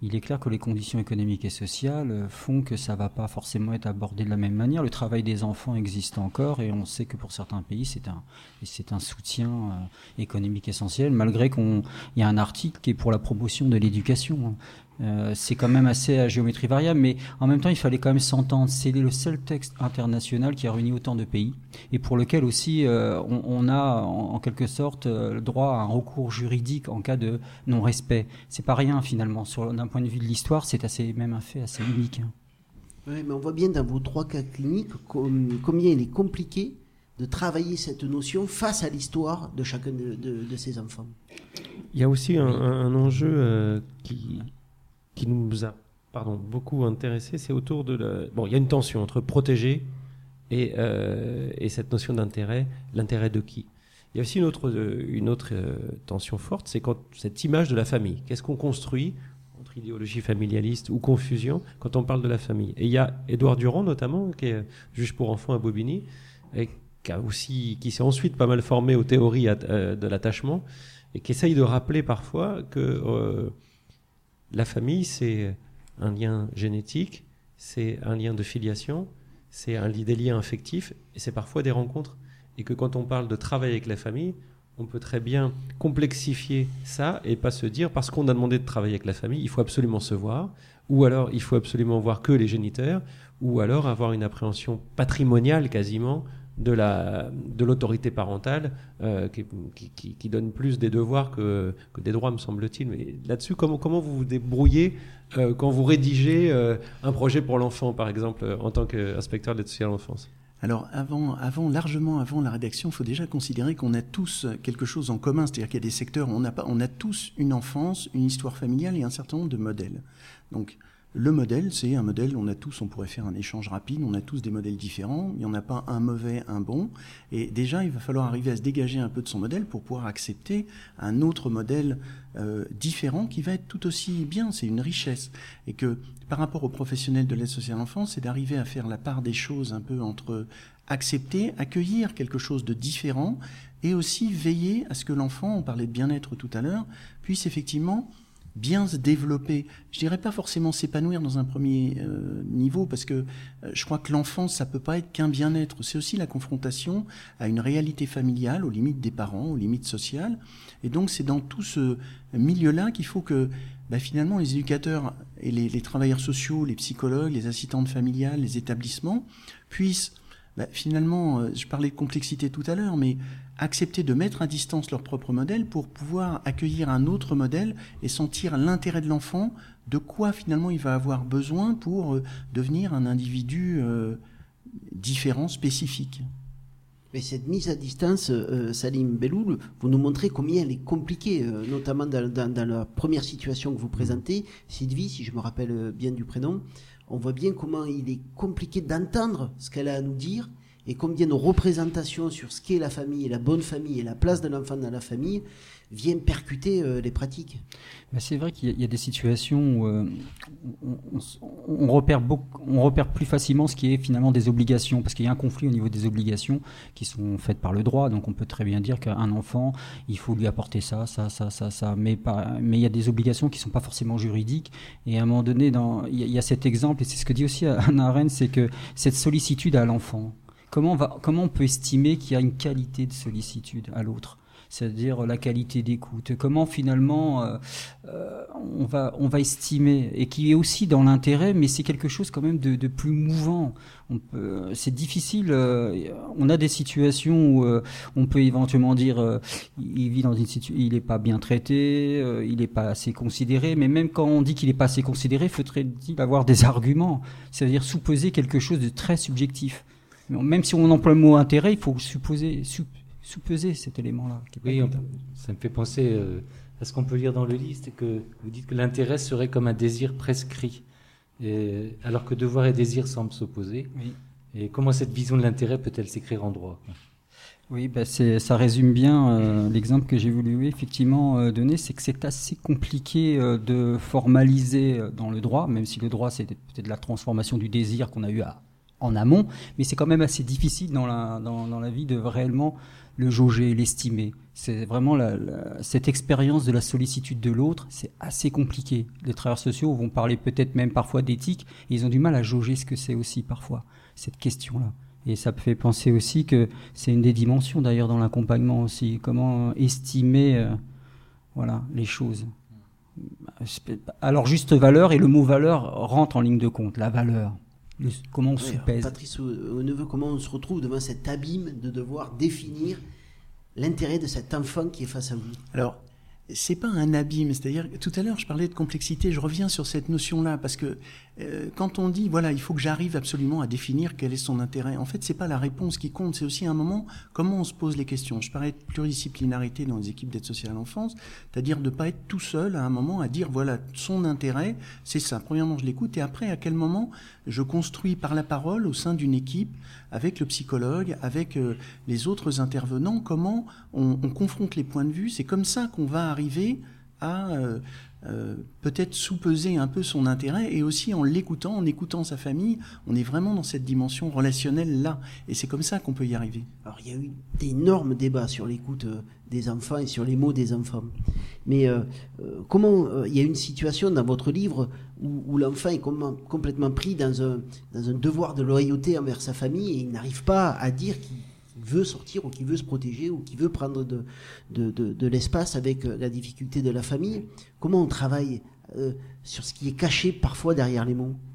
il est clair que les conditions économiques et sociales font que ça ne va pas forcément être abordé de la même manière. Le travail des enfants existe encore et on sait que pour certains pays, c'est un, c'est un soutien euh, économique essentiel, malgré qu'il y a un article qui est pour la promotion de l'éducation. Euh, c'est quand même assez à géométrie variable, mais en même temps, il fallait quand même s'entendre. C'est le seul texte international qui a réuni autant de pays et pour lequel aussi euh, on, on a en, en quelque sorte le droit à un recours juridique en cas de non-respect. C'est pas rien finalement. Sur, d'un point de vue de l'histoire, c'est assez, même un fait assez unique. Hein. Oui, mais on voit bien dans vos trois cas cliniques com- combien il est compliqué de travailler cette notion face à l'histoire de chacun de, de, de ces enfants. Il y a aussi un, un, un enjeu euh, qui... qui nous a pardon, beaucoup intéressé, c'est autour de la... Bon, il y a une tension entre protéger et, euh, et cette notion d'intérêt. L'intérêt de qui ? Il y a aussi une autre, une autre euh, tension forte, c'est quand cette image de la famille. Qu'est-ce qu'on construit entre idéologie familialiste ou confusion quand on parle de la famille ? Et il y a Édouard Durand, notamment, qui est juge pour enfants à Bobigny, et qui, a aussi, qui s'est ensuite pas mal formé aux théories euh, de l'attachement, et qui essaye de rappeler parfois que... Euh, la famille, c'est un lien génétique, c'est un lien de filiation, c'est un, des liens affectifs, et c'est parfois des rencontres. Et que quand on parle de travail avec la famille, on peut très bien complexifier ça et pas se dire, parce qu'on a demandé de travailler avec la famille, il faut absolument se voir, ou alors il faut absolument voir que les géniteurs, ou alors avoir une appréhension patrimoniale quasiment de, la, de l'autorité parentale euh, qui, qui, qui donne plus des devoirs que, que des droits, me semble-t-il. Mais là-dessus, comment, comment vous vous débrouillez euh, quand vous rédigez euh, un projet pour l'enfant, par exemple, en tant qu'inspecteur de l'aide sociale à l'enfance ? Alors, avant, avant, largement avant la rédaction, il faut déjà considérer qu'on a tous quelque chose en commun. C'est-à-dire qu'il y a des secteurs où on a, pas, on a tous une enfance, une histoire familiale et un certain nombre de modèles. Donc, le modèle, c'est un modèle, on a tous, on pourrait faire un échange rapide, on a tous des modèles différents, il n'y en a pas un mauvais, un bon, et déjà il va falloir arriver à se dégager un peu de son modèle pour pouvoir accepter un autre modèle euh, différent qui va être tout aussi bien, c'est une richesse. Et que par rapport aux professionnels de l'aide sociale à l'enfance, c'est d'arriver à faire la part des choses un peu entre accepter, accueillir quelque chose de différent, et aussi veiller à ce que l'enfant, on parlait de bien-être tout à l'heure, puisse effectivement bien se développer. Je dirais pas forcément s'épanouir dans un premier euh, niveau, parce que euh, je crois que l'enfance, ça peut pas être qu'un bien-être. C'est aussi la confrontation à une réalité familiale, aux limites des parents, aux limites sociales. Et donc, c'est dans tout ce milieu-là qu'il faut que, bah, finalement, les éducateurs et les, les travailleurs sociaux, les psychologues, les assistantes familiales, les établissements puissent, bah, finalement, euh, je parlais de complexité tout à l'heure, mais accepter de mettre à distance leur propre modèle pour pouvoir accueillir un autre modèle et sentir l'intérêt de l'enfant, de quoi finalement il va avoir besoin pour euh, devenir un individu euh, différent, spécifique. Mais cette mise à distance, euh, Salim Belloul, vous nous montrez combien elle est compliquée, euh, notamment dans, dans, dans la première situation que vous présentez, Sylvie, si je me rappelle bien du prénom, on voit bien comment il est compliqué d'entendre ce qu'elle a à nous dire, et combien nos représentations sur ce qu'est la famille, et la bonne famille, et la place de l'enfant dans la famille, viennent percuter euh, les pratiques. Ben c'est vrai qu'il y a, il y a des situations où euh, on, on, on, repère beaucoup, on repère plus facilement ce qui est finalement des obligations, parce qu'il y a un conflit au niveau des obligations qui sont faites par le droit, donc on peut très bien dire qu'un enfant, il faut lui apporter ça, ça, ça, ça, ça, mais, pas, mais il y a des obligations qui ne sont pas forcément juridiques, et à un moment donné, dans, il, y a, il y a cet exemple, et c'est ce que dit aussi Hannah Arendt, c'est que cette sollicitude à l'enfant, Comment on, va, comment on peut estimer qu'il y a une qualité de sollicitude à l'autre ? C'est-à-dire la qualité d'écoute. Comment finalement euh, euh, on, va, on va estimer, et qui est aussi dans l'intérêt, mais c'est quelque chose quand même de, de plus mouvant. On peut, c'est difficile. Euh, on a des situations où euh, on peut éventuellement dire euh, il vit dans une situation, il n'est pas bien traité, euh, il n'est pas assez considéré. Mais même quand on dit qu'il n'est pas assez considéré, il faudrait-il avoir des arguments, c'est-à-dire sous-peser quelque chose de très subjectif. Même si on emploie le mot intérêt, il faut supposer, sous, sous-peser cet élément-là. Oui, on, ça me fait penser euh, à ce qu'on peut lire dans le livre, c'est que vous dites que l'intérêt serait comme un désir prescrit, et, alors que devoir et désir semblent s'opposer. Oui. Et comment cette vision de l'intérêt peut-elle s'écrire en droit ? Oui, ben c'est, ça résume bien euh, l'exemple que j'ai voulu effectivement euh, donner, c'est que c'est assez compliqué euh, de formaliser euh, dans le droit, même si le droit c'est peut-être la transformation du désir qu'on a eu à en amont, mais c'est quand même assez difficile dans la, dans, dans la vie de réellement le jauger, l'estimer. C'est vraiment la, la, cette expérience de la sollicitude de l'autre, c'est assez compliqué. Les travailleurs sociaux vont parler peut-être même parfois d'éthique, et ils ont du mal à jauger ce que c'est aussi parfois, cette question-là. Et ça me fait penser aussi que c'est une des dimensions d'ailleurs dans l'accompagnement aussi, comment estimer euh, voilà, les choses. À leur juste valeur, et le mot valeur rentre en ligne de compte, la valeur. Le, comment on se pèse. Patrice Auneveu, comment on se retrouve devant cet abîme de devoir définir l'intérêt de cet enfant qui est face à vous? Alors, c'est pas un abîme, c'est-à-dire tout à l'heure je parlais de complexité, je reviens sur cette notion-là parce que euh, quand on dit voilà il faut que j'arrive absolument à définir quel est son intérêt, en fait c'est pas la réponse qui compte, c'est aussi un moment comment on se pose les questions. Je parlais de pluridisciplinarité dans les équipes d'aide sociale à l'enfance, c'est-à-dire de pas être tout seul à un moment à dire voilà son intérêt c'est ça. Premièrement je l'écoute et après à quel moment je construis par la parole au sein d'une équipe avec le psychologue, avec euh, les autres intervenants, comment on, on confronte les points de vue. C'est comme ça qu'on va arriver à euh, euh, peut-être sous-peser un peu son intérêt et aussi en l'écoutant, en écoutant sa famille, on est vraiment dans cette dimension relationnelle-là. Et c'est comme ça qu'on peut y arriver. Alors il y a eu d'énormes débats sur l'écoute euh, des enfants et sur les mots des enfants. Mais euh, euh, comment euh, il y a une situation dans votre livre où, où l'enfant est com- complètement pris dans un, dans un devoir de loyauté envers sa famille et il n'arrive pas à dire qu'il veut sortir ou qui veut se protéger ou qui veut prendre de, de, de, de l'espace avec la difficulté de la famille. Comment on travaille euh, sur ce qui est caché parfois derrière les mots?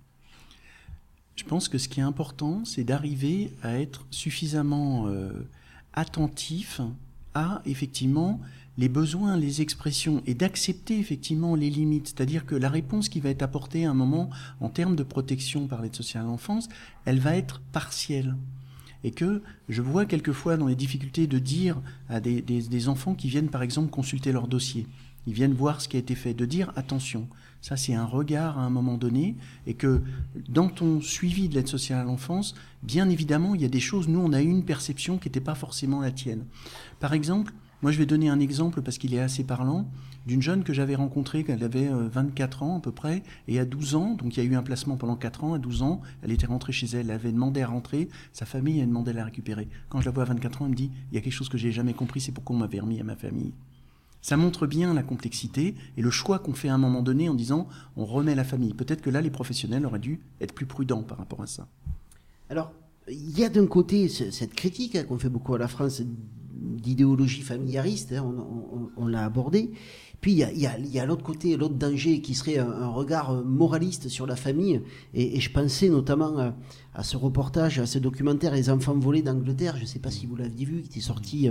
Je pense que ce qui est important, c'est d'arriver à être suffisamment euh, attentif à effectivement les besoins, les expressions et d'accepter effectivement les limites. C'est-à-dire que la réponse qui va être apportée à un moment en termes de protection par l'aide sociale à l'enfance, elle va être partielle. Et que je vois quelquefois dans les difficultés de dire à des, des, des enfants qui viennent par exemple consulter leur dossier, ils viennent voir ce qui a été fait, de dire attention, ça c'est un regard à un moment donné, et que dans ton suivi de l'aide sociale à l'enfance, bien évidemment il y a des choses, nous on a eu une perception qui n'était pas forcément la tienne. Par exemple, moi je vais donner un exemple parce qu'il est assez parlant, d'une jeune que j'avais rencontrée quand elle avait vingt-quatre ans à peu près, et à douze ans, donc il y a eu un placement pendant quatre ans, à douze ans, elle était rentrée chez elle, elle avait demandé à rentrer, sa famille a demandé à la récupérer. Quand je la vois à vingt-quatre ans, elle me dit, il y a quelque chose que j'ai jamais compris, c'est pourquoi on m'avait remis à ma famille. Ça montre bien la complexité et le choix qu'on fait à un moment donné en disant, on remet la famille. Peut-être que là, les professionnels auraient dû être plus prudents par rapport à ça. Alors, il y a d'un côté cette critique hein, qu'on fait beaucoup à la France d'idéologie familiariste, hein, on, on, on l'a abordé. Puis il y a, il y a, il y a l'autre côté, l'autre danger qui serait un, un regard moraliste sur la famille. Et, et je pensais notamment à, à ce reportage, à ce documentaire Les enfants volés d'Angleterre, je ne sais pas si vous l'aviez vu, qui était sorti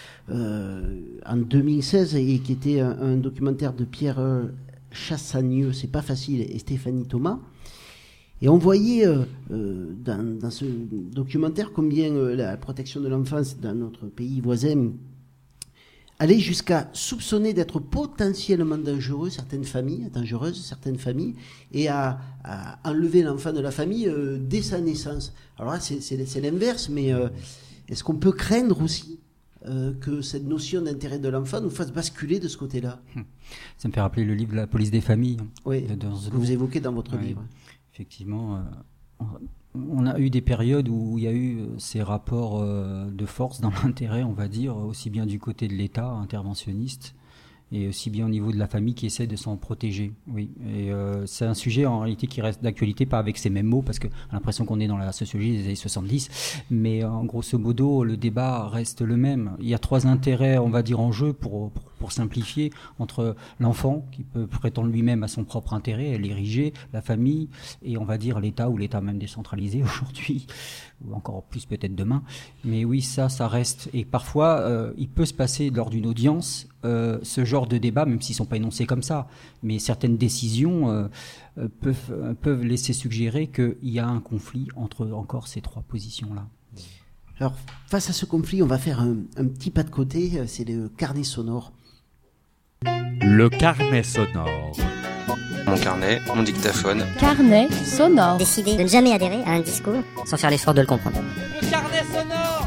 euh, en deux mille seize et qui était un, un documentaire de Pierre euh, Chassagneux, c'est pas facile, et Stéphanie Thomas. Et on voyait euh, euh, dans, dans ce documentaire combien euh, la protection de l'enfance dans notre pays voisin allait jusqu'à soupçonner d'être potentiellement dangereux certaines familles, dangereuses certaines familles, et à, à enlever l'enfant de la famille euh, dès sa naissance. Alors là, c'est, c'est, c'est l'inverse, mais euh, est-ce qu'on peut craindre aussi euh, que cette notion d'intérêt de l'enfant nous fasse basculer de ce côté-là? Ça me fait rappeler le livre La police des familles. Oui, que vous évoquez dans votre ouais. livre. Effectivement, euh, on a eu des périodes où il y a eu ces rapports euh, de force dans l'intérêt, on va dire, aussi bien du côté de l'État interventionniste et aussi bien au niveau de la famille qui essaie de s'en protéger. Oui, et euh, c'est un sujet en réalité qui reste d'actualité, pas avec ces mêmes mots, parce qu'on a l'impression qu'on est dans la sociologie des années soixante-dix, mais en grosso modo, le débat reste le même. Il y a trois intérêts, on va dire, en jeu pour, pour, pour simplifier, entre l'enfant qui peut prétendre lui-même à son propre intérêt, l'ériger, la famille, et on va dire l'État, ou l'État même décentralisé aujourd'hui, ou encore plus peut-être demain. Mais oui, ça, ça reste. Et parfois, euh, il peut se passer lors d'une audience euh, ce genre de débat, même s'ils ne sont pas énoncés comme ça, mais certaines décisions euh, euh, peuvent, euh, peuvent laisser suggérer qu'il y a un conflit entre encore ces trois positions-là. Alors, face à ce conflit, on va faire un, un petit pas de côté, c'est le carnet sonore. Le carnet sonore. Mon carnet, mon dictaphone. Carnet sonore. Décider de ne jamais adhérer à un discours sans faire l'effort de le comprendre. Le carnet sonore.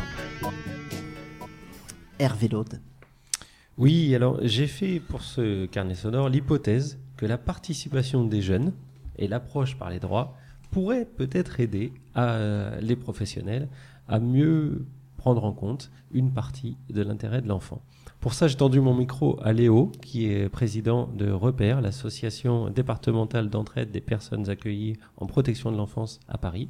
Hervé Laude. Oui, alors j'ai fait pour ce carnet sonore l'hypothèse que la participation des jeunes et l'approche par les droits pourraient peut-être aider à, euh, les professionnels à mieux prendre en compte une partie de l'intérêt de l'enfant. Pour ça, j'ai tendu mon micro à Léo, qui est président de Repère, l'association départementale d'entraide des personnes accueillies en protection de l'enfance à Paris.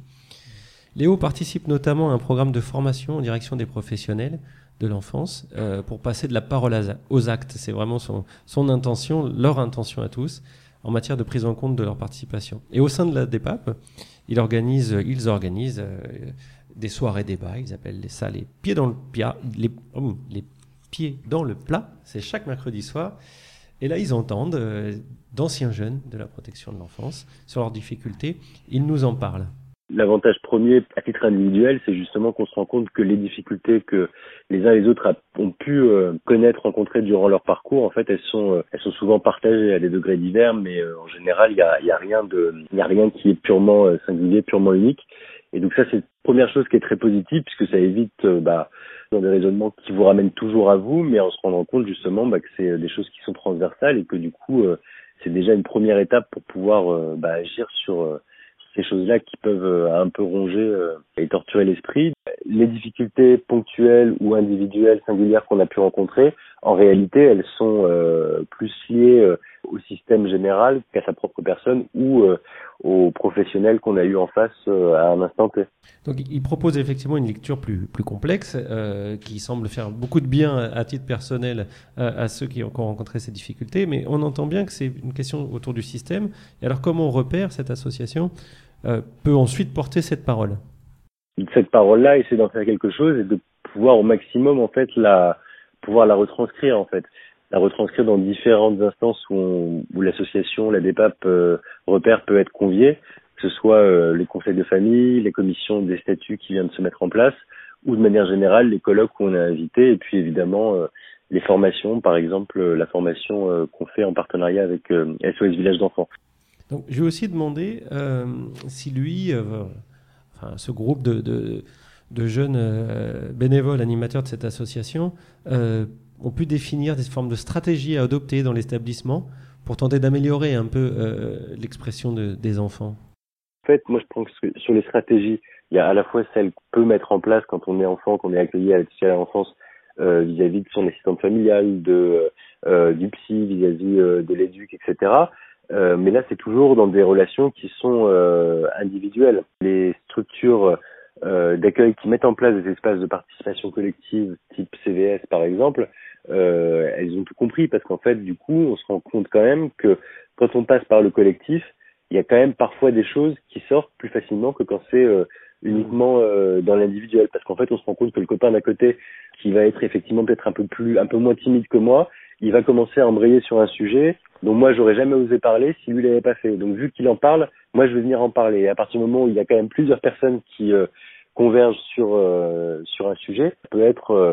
Léo participe notamment à un programme de formation en direction des professionnels de l'enfance euh, pour passer de la parole aux actes. C'est vraiment son, son intention, leur intention à tous, en matière de prise en compte de leur participation. Et au sein de la D E P A P, il organise, ils organisent euh, des soirées débats, ils appellent ça les pieds dans le pia, les, oh, les pieds dans le plat, c'est chaque mercredi soir. Et là, ils entendent euh, d'anciens jeunes de la protection de l'enfance sur leurs difficultés. Ils nous en parlent. L'avantage premier, à titre individuel, c'est justement qu'on se rend compte que les difficultés que les uns et les autres ont pu euh, connaître, rencontrer durant leur parcours, en fait, elles sont, euh, elles sont souvent partagées à des degrés divers, mais euh, en général, il y a, il y a rien de, il y a rien qui est purement euh, singulier, purement unique. Et donc ça, c'est la première chose qui est très positive, puisque ça évite, euh, bah, dans des raisonnements qui vous ramènent toujours à vous, mais en se rendant compte justement bah, que c'est des choses qui sont transversales et que du coup, euh, c'est déjà une première étape pour pouvoir euh, bah, agir sur euh, ces choses-là qui peuvent euh, un peu ronger euh, et torturer l'esprit. Les difficultés ponctuelles ou individuelles, singulières qu'on a pu rencontrer, en réalité, elles sont euh, plus liées euh, au système général qu'à sa propre personne ou euh, aux professionnels qu'on a eu en face euh, à un instant T. Donc, il propose effectivement une lecture plus, plus complexe euh, qui semble faire beaucoup de bien à, à titre personnel à, à ceux qui ont rencontré ces difficultés, mais on entend bien que c'est une question autour du système. Et alors, comment on repère cette association euh, peut ensuite porter cette parole? Cette parole-là, essayer d'en faire quelque chose et de pouvoir au maximum en fait la pouvoir la retranscrire en fait, la retranscrire dans différentes instances où, on, où l'association, la D E P A P euh, Repère peut être conviée, que ce soit euh, les conseils de famille, les commissions des statuts qui viennent de se mettre en place, ou de manière générale les colloques où on a invité, et puis évidemment euh, les formations, par exemple euh, la formation euh, qu'on fait en partenariat avec euh, S O S Village d'enfants. Donc je vais aussi demander euh, si lui, euh, enfin ce groupe de, de, de jeunes euh, bénévoles animateurs de cette association euh, ont pu définir des formes de stratégies à adopter dans l'établissement pour tenter d'améliorer un peu euh, l'expression de, des enfants. En fait, moi je pense que sur les stratégies, il y a à la fois celles qu'on peut mettre en place quand on est enfant, qu'on est accueilli à l'aide sociale à l'enfance euh, vis-à-vis de son assistante familiale, de, euh, du psy, vis-à-vis euh, de l'éduc, et cetera. Euh, mais là, c'est toujours dans des relations qui sont euh, individuelles. Les structures euh, d'accueil qui mettent en place des espaces de participation collective, type C V S par exemple, euh, elles ont tout compris parce qu'en fait, du coup, on se rend compte quand même que quand on passe par le collectif, il y a quand même parfois des choses qui sortent plus facilement que quand c'est euh, uniquement euh, dans l'individuel. Parce qu'en fait, on se rend compte que le copain d'à côté, qui va être effectivement peut-être un peu plus, un peu moins timide que moi, il va commencer à embrayer sur un sujet dont moi j'aurais jamais osé parler si lui l'avait pas fait. Donc vu qu'il en parle, moi je vais venir en parler. Et à partir du moment où il y a quand même plusieurs personnes qui euh, convergent sur euh, sur un sujet, ça peut être euh,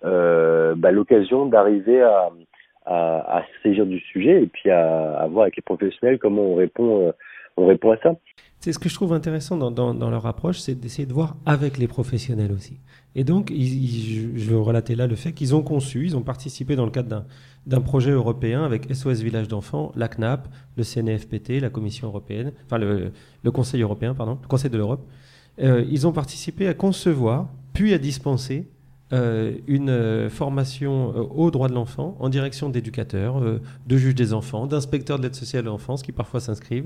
euh, bah, l'occasion d'arriver à, à à se saisir du sujet et puis à, à voir avec les professionnels comment on répond euh, on répond à ça. C'est ce que je trouve intéressant dans, dans, dans leur approche, c'est d'essayer de voir avec les professionnels aussi. Et donc, ils, ils, je vais relater là le fait qu'ils ont conçu, ils ont participé dans le cadre d'un, d'un projet européen avec S O S Village d'enfants, la C N A P, le C N F P T, la Commission européenne, enfin le, le Conseil européen, pardon, le Conseil de l'Europe. Euh, ils ont participé à concevoir, puis à dispenser euh, une euh, formation euh, aux droits de l'enfant en direction d'éducateurs, euh, de juges des enfants, d'inspecteurs de l'aide sociale à l'enfance qui parfois s'inscrivent.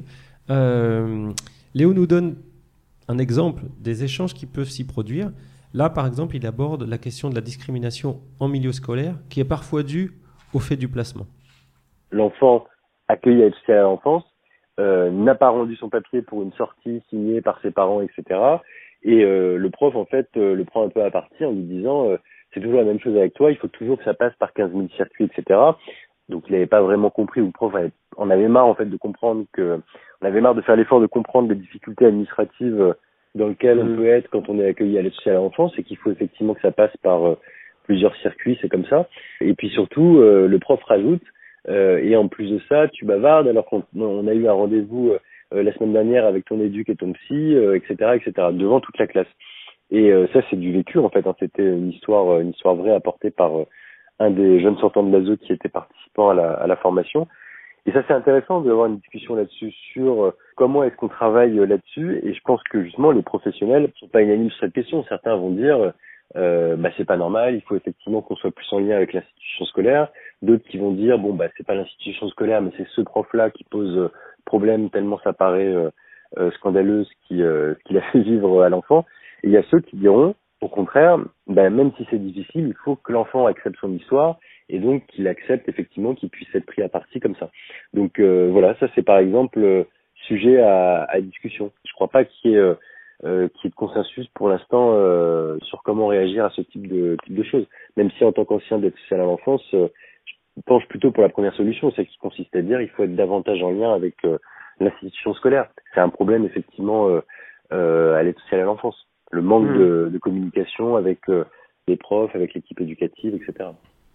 Euh, Léo nous donne un exemple des échanges qui peuvent s'y produire. Là, par exemple, il aborde la question de la discrimination en milieu scolaire qui est parfois due au fait du placement. L'enfant accueilli à l'aide sociale à l'enfance euh, n'a pas rendu son papier pour une sortie signée par ses parents, et cetera. Et euh, le prof, en fait, euh, le prend un peu à partie en lui disant euh, c'est toujours la même chose avec toi, il faut toujours que ça passe par quinze mille circuits, et cetera. Donc il n'avait pas vraiment compris, ou le prof avait, en avait marre en fait de comprendre que, on avait marre de faire l'effort de comprendre les difficultés administratives dans lesquelles on peut être quand on est accueilli à l'aide sociale à l'enfance et qu'il faut effectivement que ça passe par euh, plusieurs circuits, c'est comme ça. Et puis surtout, euh, le prof rajoute, euh, et en plus de ça, tu bavardes alors qu'on on a eu un rendez-vous euh, la semaine dernière avec ton éduc et ton psy, euh, et cetera, et cetera, devant toute la classe. Et euh, ça, c'est du vécu en fait. Hein, c'était une histoire, une histoire vraie apportée par euh, un des jeunes sortants de l'A S O qui était participant à la, à la formation. Et ça, c'est intéressant d'avoir une discussion là-dessus sur euh, comment est-ce qu'on travaille euh, là-dessus. Et je pense que justement, les professionnels ne sont pas unanimes sur cette question. Certains vont dire, euh, bah c'est pas normal, il faut effectivement qu'on soit plus en lien avec l'institution scolaire. D'autres qui vont dire bon bah c'est pas l'institution scolaire mais c'est ce prof-là qui pose euh, problème tellement ça paraît euh, euh, scandaleux ce qui euh, ce qu'il a fait vivre à l'enfant. Et il y a ceux qui diront au contraire, bah, même si c'est difficile, il faut que l'enfant accepte son histoire et donc qu'il accepte effectivement qu'il puisse être pris à partie comme ça. Donc euh, voilà, ça c'est par exemple euh, sujet à, à discussion. Je crois pas qu'il y ait, euh, euh, qu'il y ait de consensus pour l'instant euh, sur comment réagir à ce type de type de choses. Même si en tant qu'ancien d'aide sociale à l'enfance, euh, je penche plutôt pour la première solution, celle qui consiste à dire il faut être davantage en lien avec euh, l'institution scolaire. C'est un problème effectivement euh, euh, à l'aide sociale à l'enfance. Le manque mmh. de, de communication avec euh, les profs, avec l'équipe éducative, et cetera.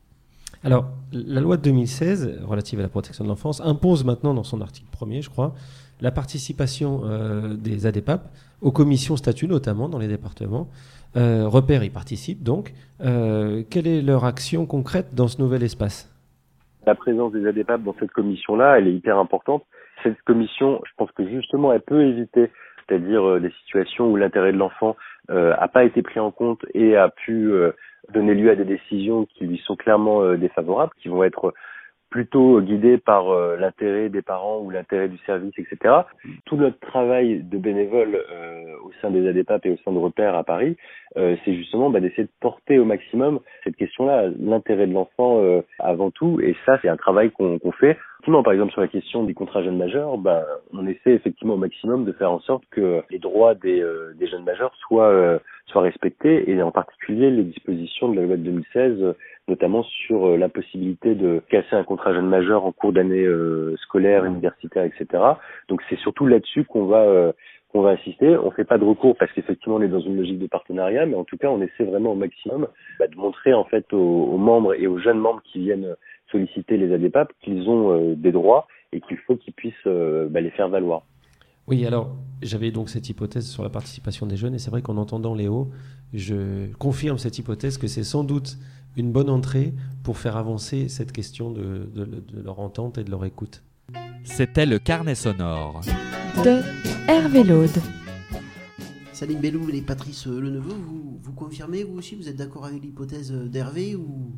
Alors, la loi de deux mille seize, relative à la protection de l'enfance, impose maintenant, dans son article premier, je crois, la participation euh, des A D P A P aux commissions statut, notamment dans les départements. Euh, Repère y participe, donc. Euh, quelle est leur action concrète dans ce nouvel espace ? La présence des A D P A P dans cette commission-là, elle est hyper importante. Cette commission, je pense que justement, elle peut éviter c'est-à-dire euh, des situations où l'intérêt de l'enfant euh, a pas été pris en compte et a pu euh, donner lieu à des décisions qui lui sont clairement euh, défavorables, qui vont être plutôt guidées par euh, l'intérêt des parents ou l'intérêt du service, et cetera. Tout notre travail de bénévole euh, au sein des A D P A P et au sein de Repère à Paris, euh, c'est justement bah, d'essayer de porter au maximum cette question-là, l'intérêt de l'enfant euh, avant tout. Et ça, c'est un travail qu'on, qu'on fait. Effectivement, par exemple, sur la question des contrats jeunes majeurs, bah, on essaie effectivement au maximum de faire en sorte que les droits des, euh, des jeunes majeurs soient, euh, soient respectés, et en particulier les dispositions de la loi de deux mille seize, euh, notamment sur euh, la possibilité de casser un contrat jeune majeur en cours d'année euh, scolaire, universitaire, et cetera. Donc c'est surtout là-dessus qu'on va euh, qu'on va insister. On fait pas de recours parce qu'effectivement on est dans une logique de partenariat, mais en tout cas on essaie vraiment au maximum bah, de montrer en fait aux, aux membres et aux jeunes membres qui viennent solliciter les A D P A P qu'ils ont euh, des droits et qu'il faut qu'ils puissent euh, bah, les faire valoir. Oui, alors j'avais donc cette hypothèse sur la participation des jeunes, et c'est vrai qu'en entendant Léo, je confirme cette hypothèse que c'est sans doute une bonne entrée pour faire avancer cette question de, de, de leur entente et de leur écoute. C'était le carnet sonore de Hervé Laude. Salim Belloul et Patrice Leneveu, vous, vous confirmez, vous aussi, vous êtes d'accord avec l'hypothèse d'Hervé ou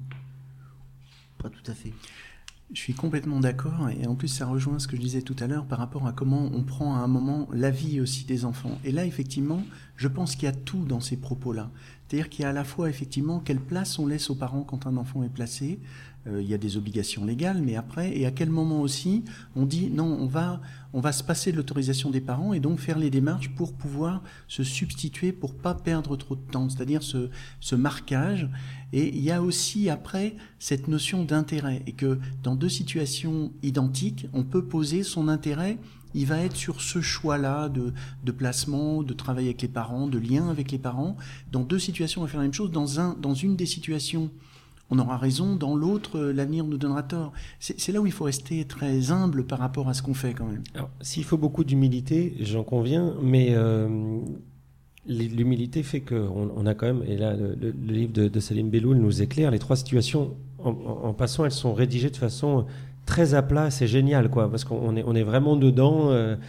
pas tout à fait ? Je suis complètement d'accord, et en plus ça rejoint ce que je disais tout à l'heure par rapport à comment on prend à un moment la vie aussi des enfants. Et là, effectivement, je pense qu'il y a tout dans ces propos-là. C'est-à-dire qu'il y a à la fois, effectivement, quelle place on laisse aux parents quand un enfant est placé. Euh, il y a des obligations légales, mais après, et à quel moment aussi on dit non, on va, on va se passer de l'autorisation des parents et donc faire les démarches pour pouvoir se substituer, pour pas perdre trop de temps, c'est-à-dire ce, ce marquage. Et il y a aussi après cette notion d'intérêt, et que dans deux situations identiques, on peut poser son intérêt. Il va être sur ce choix-là de, de placement, de travail avec les parents, de lien avec les parents. Dans deux situations, on va faire la même chose. Dans, un, dans une des situations, on aura raison. Dans l'autre, l'avenir nous donnera tort. C'est, c'est là où il faut rester très humble par rapport à ce qu'on fait quand même. Alors, s'il faut beaucoup d'humilité, j'en conviens, mais euh, l'humilité fait qu'on on a quand même, et là le, le, le livre de, de Salim Belloul nous éclaire, les trois situations, en, en, en passant, elles sont rédigées de façon très à plat, c'est génial, quoi, parce qu'on est, on est vraiment dedans. Il euh,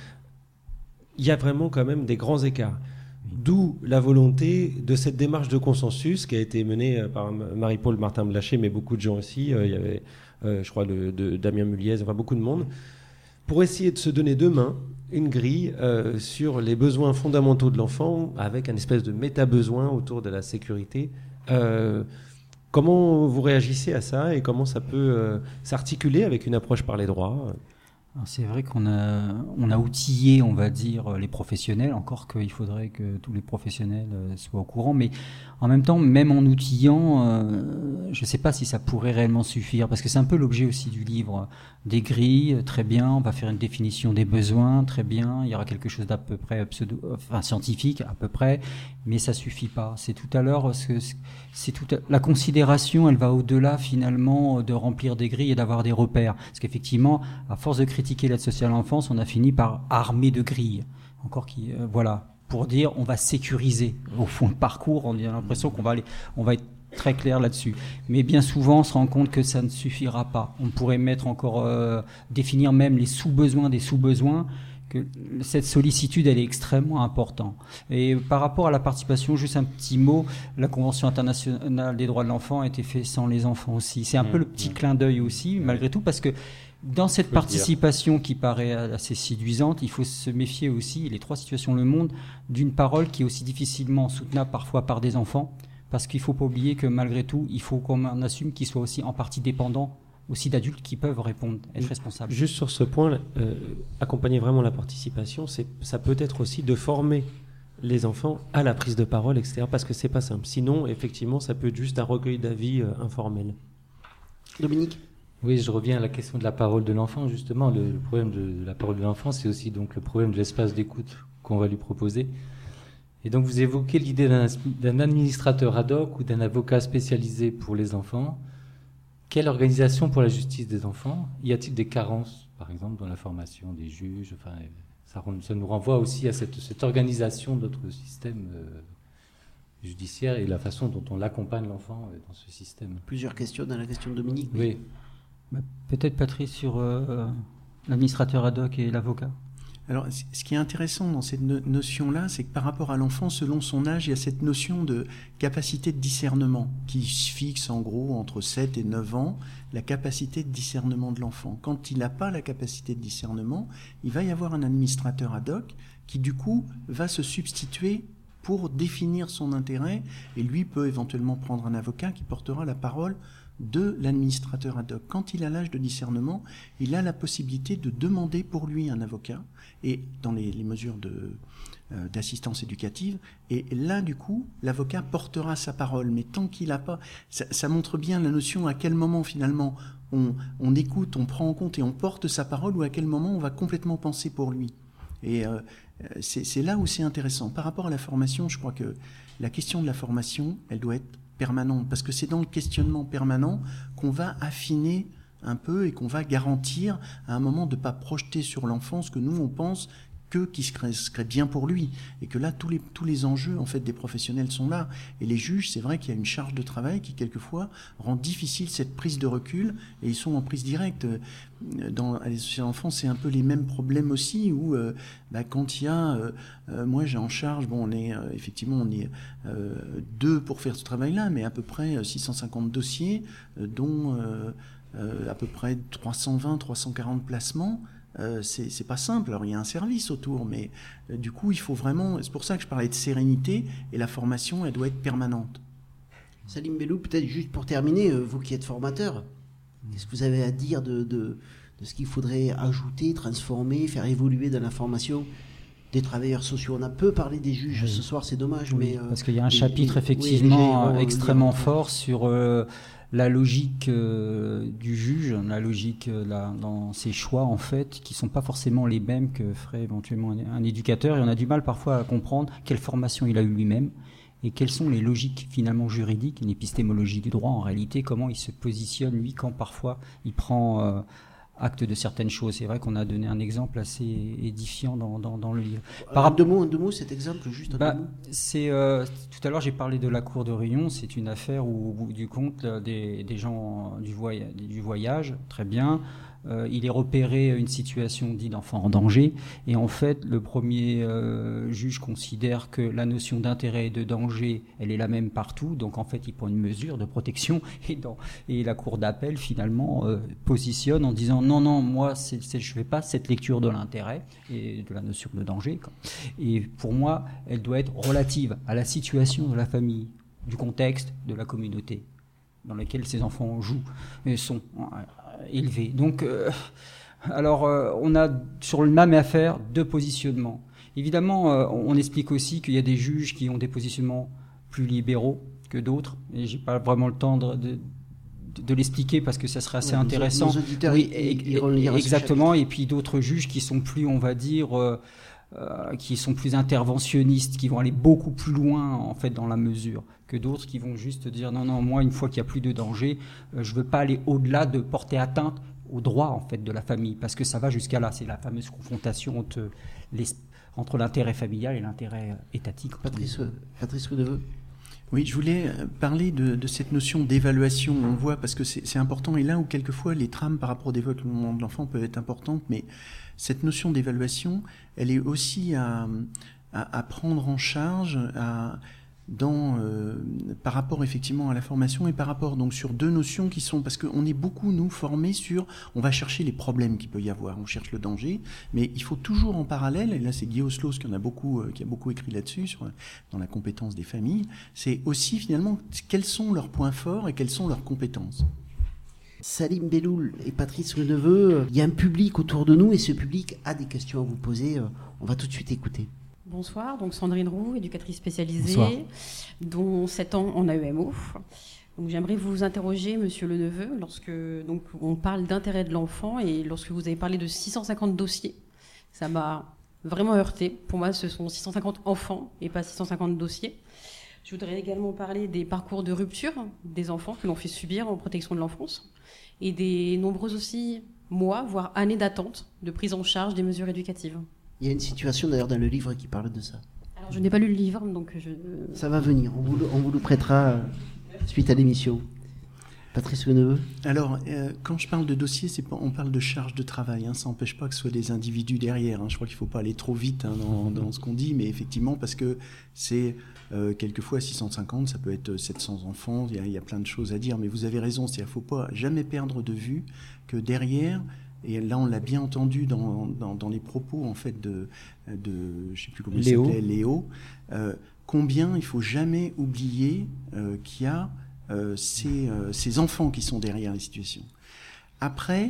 y a vraiment quand même des grands écarts. D'où la volonté de cette démarche de consensus qui a été menée par Marie-Paul Martin-Blaché, mais beaucoup de gens aussi. Il euh, y avait, euh, je crois, de, de Damien Muliez, enfin beaucoup de monde, pour essayer de se donner deux mains une grille euh, sur les besoins fondamentaux de l'enfant, avec un espèce de méta-besoin autour de la sécurité. Euh, Comment vous réagissez à ça et comment ça peut euh, s'articuler avec une approche par les droits ? Alors c'est vrai qu'on a, on a outillé, on va dire, les professionnels, encore qu'il faudrait que tous les professionnels soient au courant, mais en même temps, même en outillant, euh, je ne sais pas si ça pourrait réellement suffire, parce que c'est un peu l'objet aussi du livre. Des grilles, très bien, on va faire une définition des besoins, très bien, il y aura quelque chose d'à peu près pseudo, enfin scientifique, à peu près, mais ça suffit pas. C'est tout à l'heure, c'est, c'est tout à, la considération, elle va au-delà finalement de remplir des grilles et d'avoir des repères. Parce qu'effectivement, à force de critiquer l'aide sociale à l'enfance, on a fini par armer de grilles. Encore qui, euh, voilà, pour dire on va sécuriser. Au fond, le parcours, on a l'impression qu'on va aller, on va être très clair là-dessus. Mais bien souvent, on se rend compte que ça ne suffira pas. On pourrait mettre encore, euh, définir même les sous-besoins des sous-besoins, que cette sollicitude, elle est extrêmement importante. Et par rapport à la participation, juste un petit mot, la Convention internationale des droits de l'enfant a été faite sans les enfants aussi. C'est un mmh, peu le petit mmh. clin d'œil aussi, malgré tout, parce que dans cette participation qui paraît assez séduisante, il faut se méfier aussi, les trois situations le monde, d'une parole qui est aussi difficilement soutenable parfois par des enfants, parce qu'il ne faut pas oublier que malgré tout, il faut qu'on assume qu'ils soient aussi en partie dépendants aussi d'adultes qui peuvent répondre, être responsables. Juste sur ce point, euh, accompagner vraiment la participation, c'est, ça peut être aussi de former les enfants à la prise de parole, et cetera, parce que c'est pas simple. Sinon, effectivement, ça peut être juste un recueil d'avis euh, informel. Dominique ? Oui, je reviens à la question de la parole de l'enfant, justement. Le, le problème de, de la parole de l'enfant, c'est aussi donc le problème de l'espace d'écoute qu'on va lui proposer. Et donc, vous évoquez l'idée d'un, d'un administrateur ad hoc ou d'un avocat spécialisé pour les enfants. Quelle organisation pour la justice des enfants ? Y a-t-il des carences, par exemple, dans la formation des juges ? Enfin, ça, ça nous renvoie aussi à cette, cette organisation de notre système euh, judiciaire et la façon dont on l'accompagne l'enfant euh, dans ce système. Plusieurs questions dans la question de Dominique. Oui. Bah, peut-être Patrice sur euh, l'administrateur ad hoc et l'avocat. Alors, ce qui est intéressant dans cette no- notion-là, c'est que par rapport à l'enfant, selon son âge, il y a cette notion de capacité de discernement qui fixe en gros entre sept et neuf ans la capacité de discernement de l'enfant. Quand il n'a pas la capacité de discernement, il va y avoir un administrateur ad hoc qui du coup va se substituer pour définir son intérêt et lui peut éventuellement prendre un avocat qui portera la parole de l'administrateur ad hoc. Quand il a l'âge de discernement, il a la possibilité de demander pour lui un avocat et dans les, les mesures de, euh, d'assistance éducative. Et là, du coup, l'avocat portera sa parole. Mais tant qu'il n'a pas... Ça, ça montre bien la notion à quel moment, finalement, on, on écoute, on prend en compte et on porte sa parole ou à quel moment on va complètement penser pour lui. Et euh, c'est, c'est là où c'est intéressant. Par rapport à la formation, je crois que la question de la formation, elle doit être permanente, parce que c'est dans le questionnement permanent qu'on va affiner un peu et qu'on va garantir à un moment de ne pas projeter sur l'enfant ce que nous on pense que qui serait, serait bien pour lui, et que là tous les, tous les enjeux en fait des professionnels sont là, et les juges, c'est vrai qu'il y a une charge de travail qui quelquefois rend difficile cette prise de recul, et ils sont en prise directe. Dans les associations d'enfants, c'est un peu les mêmes problèmes aussi, où euh, bah, quand il y a, euh, euh, moi j'ai en charge, bon on est euh, effectivement on est euh, deux pour faire ce travail-là, mais à peu près six cent cinquante dossiers, euh, dont euh, euh, à peu près trois cent vingt, trois cent quarante placements. Euh, c'est, c'est pas simple. Alors il y a un service autour, mais euh, du coup il faut vraiment. C'est pour ça que je parlais de sérénité, et la formation elle doit être permanente. Salim Bellou, peut-être juste pour terminer, euh, vous qui êtes formateur, qu'est-ce que vous avez à dire de, de, de ce qu'il faudrait ajouter, transformer, faire évoluer dans la formation des travailleurs sociaux? On a peu parlé des juges oui. ce soir, c'est dommage, oui, mais euh, parce qu'il y a un et, chapitre et, effectivement oui, extrêmement dire, fort sur euh, la logique euh, du juge, la logique euh, là, dans ses choix en fait, qui sont pas forcément les mêmes que ferait éventuellement un, un éducateur, et on a du mal parfois à comprendre quelle formation il a eu lui-même et quelles sont les logiques finalement juridiques, une épistémologie du droit en réalité, comment il se positionne lui quand parfois il prend euh, acte de certaines choses. C'est vrai qu'on a donné un exemple assez édifiant dans, dans, dans le livre. Par rapport... deux mots, deux mots, cet exemple, juste bah, deux mots. C'est, euh, tout à l'heure, j'ai parlé de la cour de Réunion. C'est une affaire où, au bout du compte, des, des gens du, voy- du voyage, très bien. Euh, il est repéré une situation dite d'enfant en danger, et en fait le premier euh, juge considère que la notion d'intérêt et de danger elle est la même partout, donc en fait il prend une mesure de protection, et, dans, et la cour d'appel finalement euh, positionne en disant non non moi c'est, c'est, je ne fais pas cette lecture de l'intérêt et de la notion de danger, quoi. Et pour moi elle doit être relative à la situation de la famille, du contexte, de la communauté dans laquelle ces enfants jouent et sont élevés. Donc, euh, alors, euh, on a sur le même affaire deux positionnements. Évidemment, euh, on explique aussi qu'il y a des juges qui ont des positionnements plus libéraux que d'autres, et j'ai pas vraiment le temps de, de, de l'expliquer parce que ça serait assez ouais, intéressant. Nos auditeurs, oui, ils, ils, ils exactement. Et puis d'autres juges qui sont plus, on va dire. Euh, Euh, qui sont plus interventionnistes, qui vont aller beaucoup plus loin en fait dans la mesure que d'autres qui vont juste dire non non moi une fois qu'il n'y a plus de danger, euh, je veux pas aller au-delà de porter atteinte aux droits en fait de la famille, parce que ça va jusqu'à là, c'est la fameuse confrontation entre, les, entre l'intérêt familial et l'intérêt étatique. Patrice, Patrice Redeveux. Oui, je voulais parler de, de cette notion d'évaluation. On voit, parce que c'est, c'est important, et là où quelquefois les trames par rapport au développement de l'enfant peuvent être importantes, mais cette notion d'évaluation, elle est aussi à, à, à prendre en charge à, dans, euh, par rapport effectivement à la formation et par rapport donc sur deux notions qui sont, parce qu'on est beaucoup nous formés sur, on va chercher les problèmes qu'il peut y avoir, on cherche le danger, mais il faut toujours en parallèle, et là c'est Guy Oslos qui en a beaucoup, euh, qui a beaucoup écrit là-dessus sur, dans la compétence des familles, c'est aussi finalement quels sont leurs points forts et quelles sont leurs compétences. Salim Belloul et Patrice Leneveu, il y a un public autour de nous et ce public a des questions à vous poser, on va tout de suite écouter. Bonsoir, donc Sandrine Roux, éducatrice spécialisée, Bonsoir. Dont sept ans en A E M O. Donc j'aimerais vous interroger, Monsieur Leneveu, lorsque donc on parle d'intérêt de l'enfant et lorsque vous avez parlé de six cent cinquante dossiers, ça m'a vraiment heurté. Pour moi, ce sont six cent cinquante enfants et pas six cent cinquante dossiers. Je voudrais également parler des parcours de rupture des enfants que l'on fait subir en protection de l'enfance et des nombreux aussi mois, voire années d'attente de prise en charge des mesures éducatives. Il y a une situation d'ailleurs dans le livre qui parle de ça. Alors je n'ai pas lu le livre, donc je... Ça va venir, on vous le, on vous le prêtera suite à l'émission. Patrice Leneveu. Alors, euh, quand je parle de dossier, c'est pas, on parle de charge de travail. Hein, ça n'empêche pas que ce soit des individus derrière. Hein. Je crois qu'il ne faut pas aller trop vite hein, dans, dans ce qu'on dit, mais effectivement, parce que c'est euh, quelquefois six cent cinquante, ça peut être sept cents enfants, il y, y a plein de choses à dire, mais vous avez raison, c'est-à-dire qu'il ne faut pas jamais perdre de vue que derrière... Et là, on l'a bien entendu dans, dans, dans les propos en fait de, de je sais plus comment il Léo. s'appelait, Léo. Euh, combien il faut jamais oublier euh, qu'il y a euh, ces, euh, ces enfants qui sont derrière les situations. Après,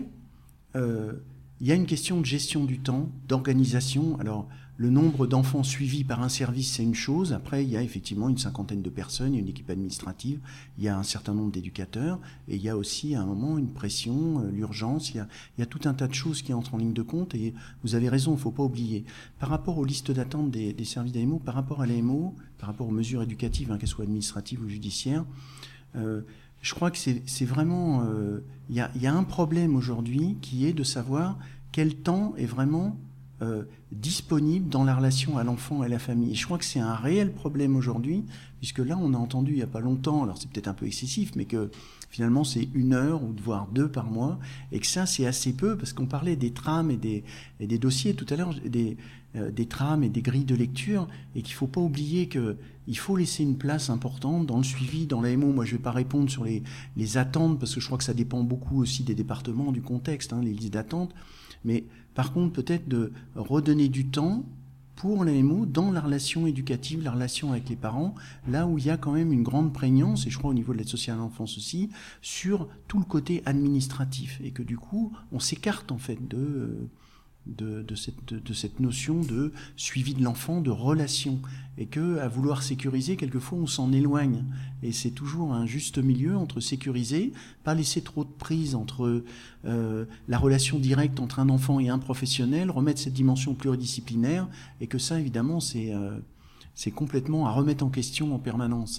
euh, il y a une question de gestion du temps, d'organisation. Alors, le nombre d'enfants suivis par un service, c'est une chose. Après, il y a effectivement une cinquantaine de personnes, il y a une équipe administrative, il y a un certain nombre d'éducateurs, et il y a aussi à un moment une pression, euh, l'urgence, il y, a, il y a tout un tas de choses qui entrent en ligne de compte, et vous avez raison, il ne faut pas oublier. Par rapport aux listes d'attente des, des services d'A M O, par rapport à l'A M O, par rapport aux mesures éducatives, hein, qu'elles soient administratives ou judiciaires, euh, je crois que c'est, c'est vraiment... Euh, il y a, il y a un problème aujourd'hui qui est de savoir quel temps est vraiment... Euh, disponible dans la relation à l'enfant et à la famille. Et je crois que c'est un réel problème aujourd'hui, puisque là, on a entendu il n'y a pas longtemps, alors c'est peut-être un peu excessif, mais que finalement, c'est une heure ou voire deux par mois, et que ça, c'est assez peu, parce qu'on parlait des trames et des, et des dossiers tout à l'heure, des, euh, des trames et des grilles de lecture, et qu'il ne faut pas oublier qu'il faut laisser une place importante dans le suivi, dans l'A M O. Moi, je ne vais pas répondre sur les, les attentes, parce que je crois que ça dépend beaucoup aussi des départements, du contexte, hein, les listes d'attente, mais par contre, peut-être de redonner du temps pour l'A M O dans la relation éducative, la relation avec les parents, là où il y a quand même une grande prégnance, et je crois au niveau de l'aide sociale à l'enfance aussi, sur tout le côté administratif. Et que du coup, on s'écarte en fait de, de, de, cette, de, de cette notion de suivi de l'enfant, de relation. Et que à vouloir sécuriser, quelquefois on s'en éloigne. Et c'est toujours un juste milieu entre sécuriser, pas laisser trop de prise entre euh, la relation directe entre un enfant et un professionnel, remettre cette dimension pluridisciplinaire, et que ça évidemment c'est, euh, c'est complètement à remettre en question en permanence.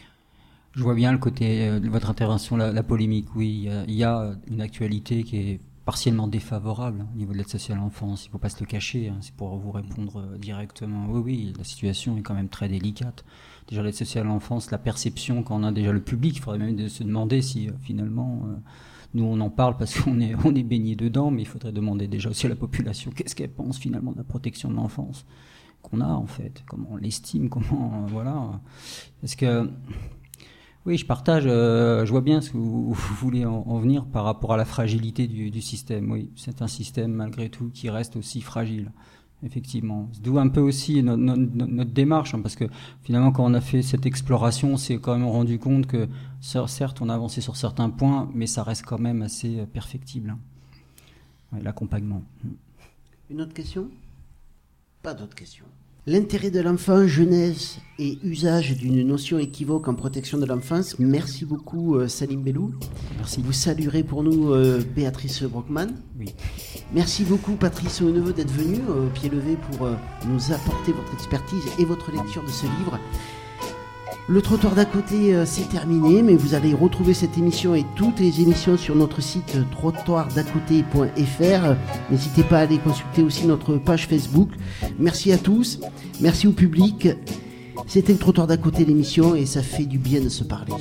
Je vois bien le côté de votre intervention, la, la polémique, oui, il y, a, il y a une actualité qui est partiellement défavorable au niveau de l'aide sociale à l'enfance, il ne faut pas se le cacher, hein, c'est pour vous répondre directement. Oui, oui, la situation est quand même très délicate. Déjà l'aide sociale à l'enfance, la perception qu'on a déjà le public, il faudrait même se demander si euh, finalement, euh, nous on en parle parce qu'on est, on est baigné dedans, mais il faudrait demander déjà aussi à la population qu'est-ce qu'elle pense finalement de la protection de l'enfance qu'on a en fait, comment on l'estime, comment, euh, voilà. Est-ce que... Oui, je partage, euh, je vois bien ce que vous, vous voulez en, en venir par rapport à la fragilité du, du système. Oui, c'est un système malgré tout qui reste aussi fragile, effectivement. D'où un peu aussi notre, notre, notre démarche, hein, parce que finalement quand on a fait cette exploration, on s'est quand même rendu compte que certes on a avancé sur certains points, mais ça reste quand même assez perfectible. Hein. Ouais, l'accompagnement. Une autre question ? Pas d'autres questions. L'intérêt de l'enfant, jeunesse et usage d'une notion équivoque en protection de l'enfance. Merci beaucoup euh, Salim Belloul. Merci. Vous saluerez pour nous euh, Béatrice Brockman. Oui. Merci beaucoup Patrice Leneveu d'être venu euh, pied levé pour euh, nous apporter votre expertise et votre lecture de ce livre. Le trottoir d'à côté, euh, c'est terminé, mais vous allez retrouver cette émission et toutes les émissions sur notre site euh, trottoir d'à côté point f r. N'hésitez pas à aller consulter aussi notre page Facebook. Merci à tous, merci au public C'était le trottoir d'à côté l'émission et ça fait du bien de se parler.